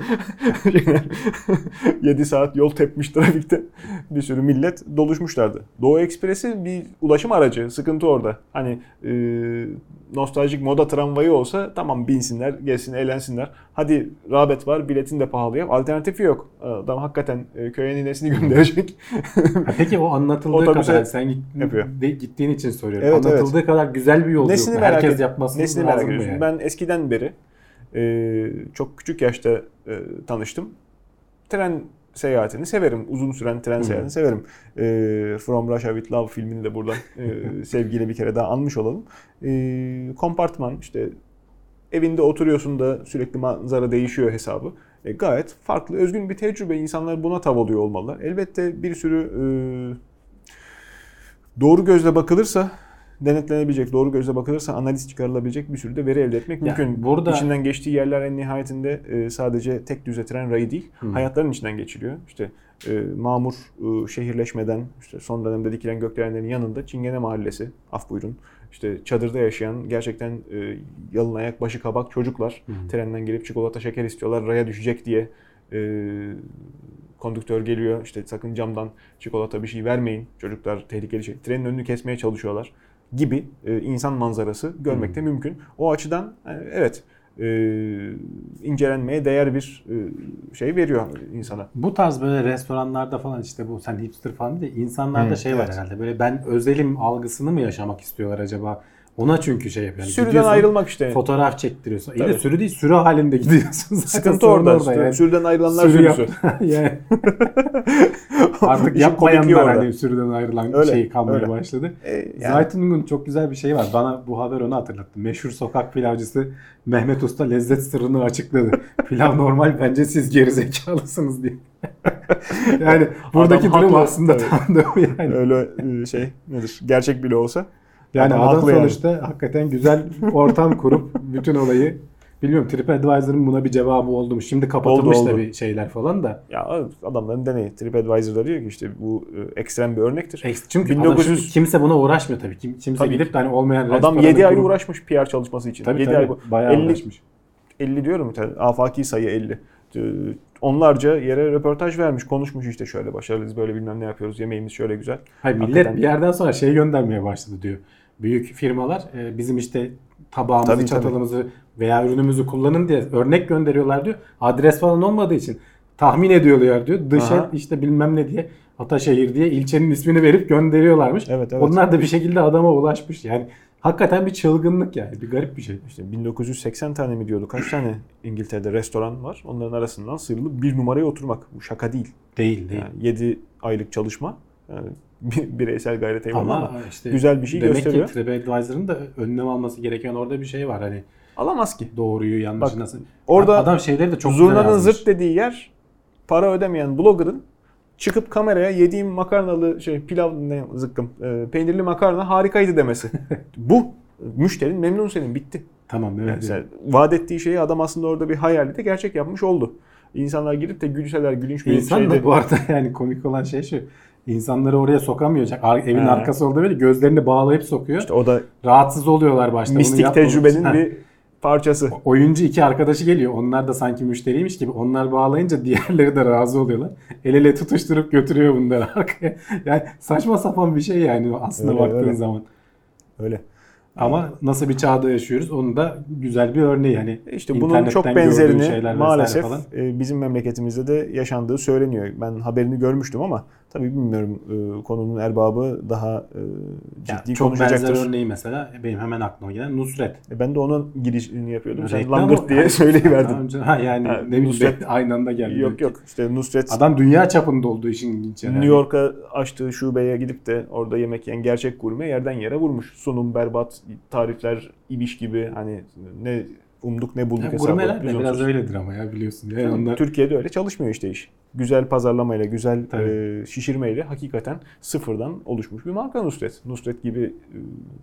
yedi saat yol tepmiş trafikte. Bir sürü millet doluşmuşlardı. Doğu Ekspresi bir ulaşım aracı. Sıkıntı orada. Hani e, nostaljik moda tramvayı olsa tamam binsinler, gelsin, eğlensinler. Hadi rağbet var, biletin de pahalı yap. Alternatifi yok. Adam hakikaten e, köye ninesini gönderecek. Ha, peki o anlatıldığı Otobüse kadar sen git- yapıyor. de- gittiğin için soruyorum. Evet, Anlatıldığı kadar güzel bir yolculuk Nesini mu? merak Herkes et- yapmasını Nesini merak lazım mı ediyorsun? yani? Ben eskiden beri e, çok küçük yaşta e, tanıştım. Tren seyahatini severim. Uzun süren tren Hı. seyahatini severim. E, From Russia with Love filmini de buradan e, sevgiyle bir kere daha anmış olalım. E, kompartman işte evinde oturuyorsun da sürekli manzara değişiyor hesabı. E, gayet farklı, özgün bir tecrübe. İnsanlar buna tav oluyor olmalılar. Elbette bir sürü e, doğru gözle bakılırsa denetlenebilecek, doğru gözle bakılırsa analiz çıkarılabilecek bir sürü de veri elde etmek Ya mümkün. burada- İçinden geçtiği yerler en nihayetinde e, sadece tek düze tren rayı değil, Hı. hayatların içinden geçiliyor. İşte e, mamur e, şehirleşmeden, işte son dönemde dikilen gökdelenlerin yanında Çingene Mahallesi, af buyurun. İşte çadırda yaşayan gerçekten e, yalın ayak başı kabak çocuklar Hı. trenden gelip çikolata şeker istiyorlar, raya düşecek diye. E, Kondüktör geliyor, işte sakın camdan çikolata bir şey vermeyin, çocuklar tehlikeli şey. Trenin önünü kesmeye çalışıyorlar gibi e, insan manzarası görmek de mümkün. O açıdan e, evet e, incelenmeye değer bir e, şey veriyor insana. Bu tarz böyle restoranlarda falan işte bu sen hipster falan değil de insanlarda Hı, şey var evet. herhalde. Böyle ben özelim algısını mı yaşamak istiyorlar acaba? Ona çünkü şey yapıyor. Yani Sürüden gidiyorsun, ayrılmak işte. fotoğraf çektiriyorsun. İyi de Tabii. sürü değil, sürü halinde gidiyorsun. Zaten Sıkıntı sorun orada. orada yani. Sürüden ayrılanlar Sürü sürüsü. yap- yani artık İşin komikliği yapmayanlar orada. hani sürüden ayrılan Öyle, şey kalmaya öyle. başladı. E, yani, Zaytun'un çok güzel bir şeyi var. Bana bu haber onu hatırlattı. Meşhur sokak pilavcısı Mehmet Usta lezzet sırrını açıkladı. Pilav normal, bence siz gerizekalısınız diye. Yani buradaki Adam durum haklı. aslında Evet. tam da o yani. öyle e, şey nedir? Gerçek bile olsa. Yani Adam adam, haklı yani. sonuçta hakikaten güzel ortam kurup bütün olayı, bilmiyorum, TripAdvisor'ın buna bir cevabı oldu mu? Şimdi kapatılmış Oldu, oldu. tabii şeyler falan da. Ya adamların deneyi. TripAdvisor'da diyor ki işte bu e, ekstrem bir örnektir. Çünkü bin adam dokuz yüz şimdi kimse buna uğraşmıyor tabii. Kim, kimse Tabii gidip de hani olmayan Adam restoranı yedi ay kurup- uğraşmış P R çalışması için. Tabii yedi tabii. ay bu. Bayağı elli uğraşmış. elli diyorum. Afaki sayı elli. Ee, Onlarca yere röportaj vermiş, konuşmuş işte şöyle başarılıyız, böyle bilmem ne yapıyoruz, yemeğimiz şöyle güzel. Hayır, millet Hakikaten- bir yerden sonra şey göndermeye başladı diyor. Büyük firmalar e, bizim işte tabağımızı, Tabii, çatalımızı veya ürünümüzü kullanın diye örnek gönderiyorlar diyor. Adres falan olmadığı için tahmin ediyorlar diyor. Dışa Aha. işte bilmem ne diye, Ataşehir diye ilçenin ismini verip gönderiyorlarmış. Evet, evet. Onlar da bir şekilde adama ulaşmış. Yani hakikaten bir çılgınlık yani. Bir garip bir şey. İşte bin dokuz yüz seksen tane mi diyordu? Kaç tane İngiltere'de restoran var? Onların arasından sıyrılıp bir numaraya oturmak. Bu şaka değil. Değil değil. Yani yedi aylık çalışma. Yani bireysel gayret eyvallah Ama, ama, işte güzel bir şey demek gösteriyor. ki TripAdvisor'ın da önlem alması gereken orada bir şey var. Hani Alamaz ki. doğruyu yanlışı Bak, nasıl. orada Adam şeyleri de çok güzel Zurnanın yazmış. zırt dediği yer para ödemeyen blogger'ın çıkıp kameraya yediğim makarnalı şey pilav ne zıkkım e, peynirli makarna harikaydı demesi. Bu müşterin memnun senin bitti. Tamam evet. Yani sen vaat ettiği şeyi adam aslında orada bir hayalde gerçek yapmış oldu. İnsanlar girip de gülseler gülünç bir İnsan şeyde. da bu arada yani komik olan şey şu. İnsanları oraya sokamayacak. Ar- Evin He. arkası olduğu böyle gözlerini bağlayıp sokuyor. İşte o da Rahatsız oluyorlar başta. Bunu mistik yapmamak tecrübenin için. bir parçası. Oyuncu iki arkadaşı geliyor. Onlar da sanki müşteriymiş gibi. Onlar bağlayınca diğerleri de razı oluyorlar. El ele tutuşturup götürüyor bunları arkaya. Yani saçma sapan bir şey yani aslında Öyle, baktığın öyle. zaman. Öyle. Ama nasıl bir çağda yaşıyoruz onun da güzel bir örneği. Hani İşte bunun internetten çok gördüğü benzerini şeyler vesaire maalesef falan. e, bizim memleketimizde de yaşandığı söyleniyor. Ben haberini görmüştüm ama tabii bilmiyorum, e, konunun erbabı daha e, Ya ciddi çok konuşacaktır. benzer örneği mesela benim hemen aklıma gelen Nusret. E, Ben de onun girişini yapıyordum. Sen Reklam langırt o- diye Ha, söyleyiverdin. önce- Ha yani Ha, ne bileyim Nusret- ben- aynı anda geldi. Yok yok işte Nusret Adam dünya çapında olduğu işin ilginç. yani. New York'a açtığı şubeye gidip de orada yemek yiyen gerçek gurme yerden yere vurmuş. Sunum berbat, tarifler ibiş gibi, hani ne umduk ne bulduk Ya, hesabı. gurmeler de lüzumsuz. biraz öyledir ama ya biliyorsun. Yani Yani onlar Türkiye'de öyle çalışmıyor işte iş. Güzel pazarlamayla, güzel Tabii. e, şişirmeyle hakikaten sıfırdan oluşmuş bir marka Nusret. Nusret gibi e,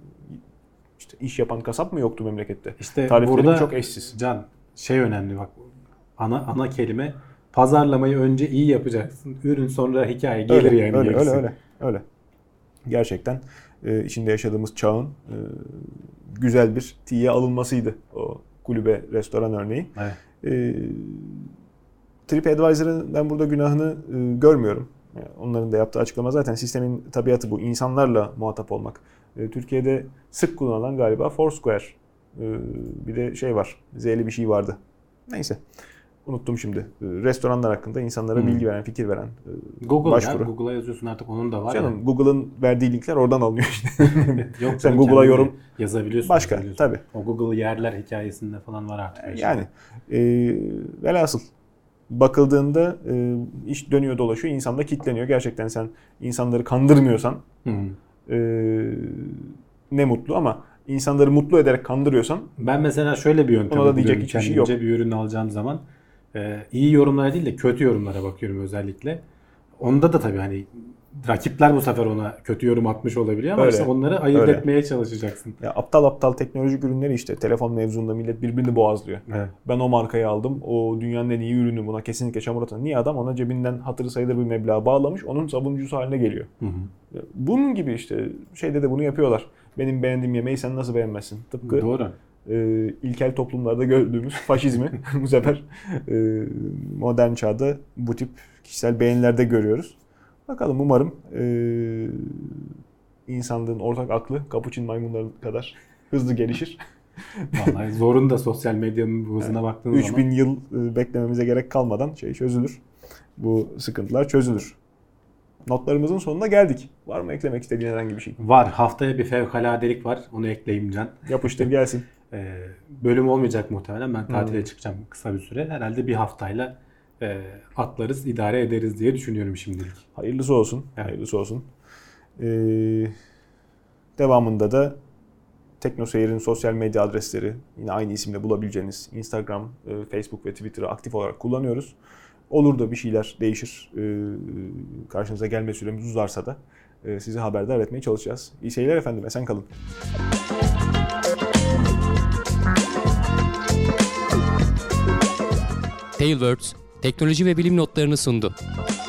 işte iş yapan kasap mı yoktu memlekette? işte Tarifleri burada çok eşsiz. Can şey önemli bak. Ana ana kelime pazarlamayı önce iyi yapacaksın. Ürün sonra hikaye gelir öyle, yani. öyle, gerisi. öyle, öyle, öyle. Gerçekten e, içinde yaşadığımız çağın e, güzel bir tiye alınmasıydı o kulübe, restoran örneği. Evet. E, TripAdvisor'ın ben burada günahını e, görmüyorum. Yani onların da yaptığı açıklama zaten sistemin tabiatı bu. İnsanlarla muhatap olmak. E, Türkiye'de sık kullanılan galiba Foursquare. E, bir de şey var. Z'li bir şey vardı. Neyse. Unuttum şimdi. E, restoranlar hakkında insanlara Hmm. bilgi veren, fikir veren e, Google başvuru. ya. Google'a yazıyorsun artık onun da var Canım ya. Google'ın verdiği linkler oradan alınıyor işte. Yok, Sen canım, Google'a kendin yorum- de yazabiliyorsun. Başka, yazabiliyorsun. tabii. O Google yerler hikayesinde falan var artık. öyle Yani e, velhasıl bakıldığında e, iş dönüyor dolaşıyor, insan da kitleniyor. Gerçekten sen insanları kandırmıyorsan şeyler. Hı. e, ne mutlu, ama insanları mutlu ederek kandırıyorsan Ben mesela şöyle bir yöntem Ona da diyecek uyguluyorum hiçbir şey kendimce yok. bir ürün alacağım zaman. Ee, iyi yorumlara değil de kötü yorumlara bakıyorum özellikle. Onda da tabii hani rakipler bu sefer ona kötü yorum atmış olabiliyor ama Öyle, işte onları ayırt öyle. etmeye çalışacaksın. ya aptal aptal teknolojik ürünleri, işte telefon mevzunda millet birbirini boğazlıyor. Evet. Ben o markayı aldım. O dünyanın en iyi ürünü, buna kesinlikle çamur atan. Niye? Adam ona cebinden hatırı sayılır bir meblağ bağlamış. Onun savunucusu haline geliyor. Hı hı. Bunun gibi işte şeyde de bunu yapıyorlar. Benim beğendiğim yemeği sen nasıl beğenmezsin? Tıpkı Doğru. e, ilkel toplumlarda gördüğümüz faşizmi bu sefer e, modern çağda bu tip kişisel beğenilerde görüyoruz. Bakalım, umarım e, insanlığın ortak aklı kapuçin maymunları kadar hızlı gelişir. Vallahi zorunda sosyal medyanın bu hızına baktığın zaman. üç bin yıl e, beklememize gerek kalmadan şey çözülür. Bu sıkıntılar çözülür. Notlarımızın sonuna geldik. Var mı eklemek istediğin herhangi bir şey? Var. Haftaya bir fevkaladelik var. Onu ekleyeyim Can. Yapıştır gelsin. Ee, bölüm olmayacak muhtemelen. Ben tatile Hmm. çıkacağım kısa bir süre. Herhalde bir haftayla e, atlarız, idare ederiz diye düşünüyorum şimdilik. Hayırlısı olsun. Evet. Hayırlısı olsun. Ee, devamında da TeknoSeyir'in sosyal medya adresleri yine aynı isimle bulabileceğiniz Instagram, e, Facebook ve Twitter'ı aktif olarak kullanıyoruz. Olur da bir şeyler değişir, e, karşınıza gelme süremiz uzarsa da e, sizi haberdar etmeye çalışacağız. İyi seyirler efendim, esen kalın. Tailwords, teknoloji ve bilim notlarını sundu.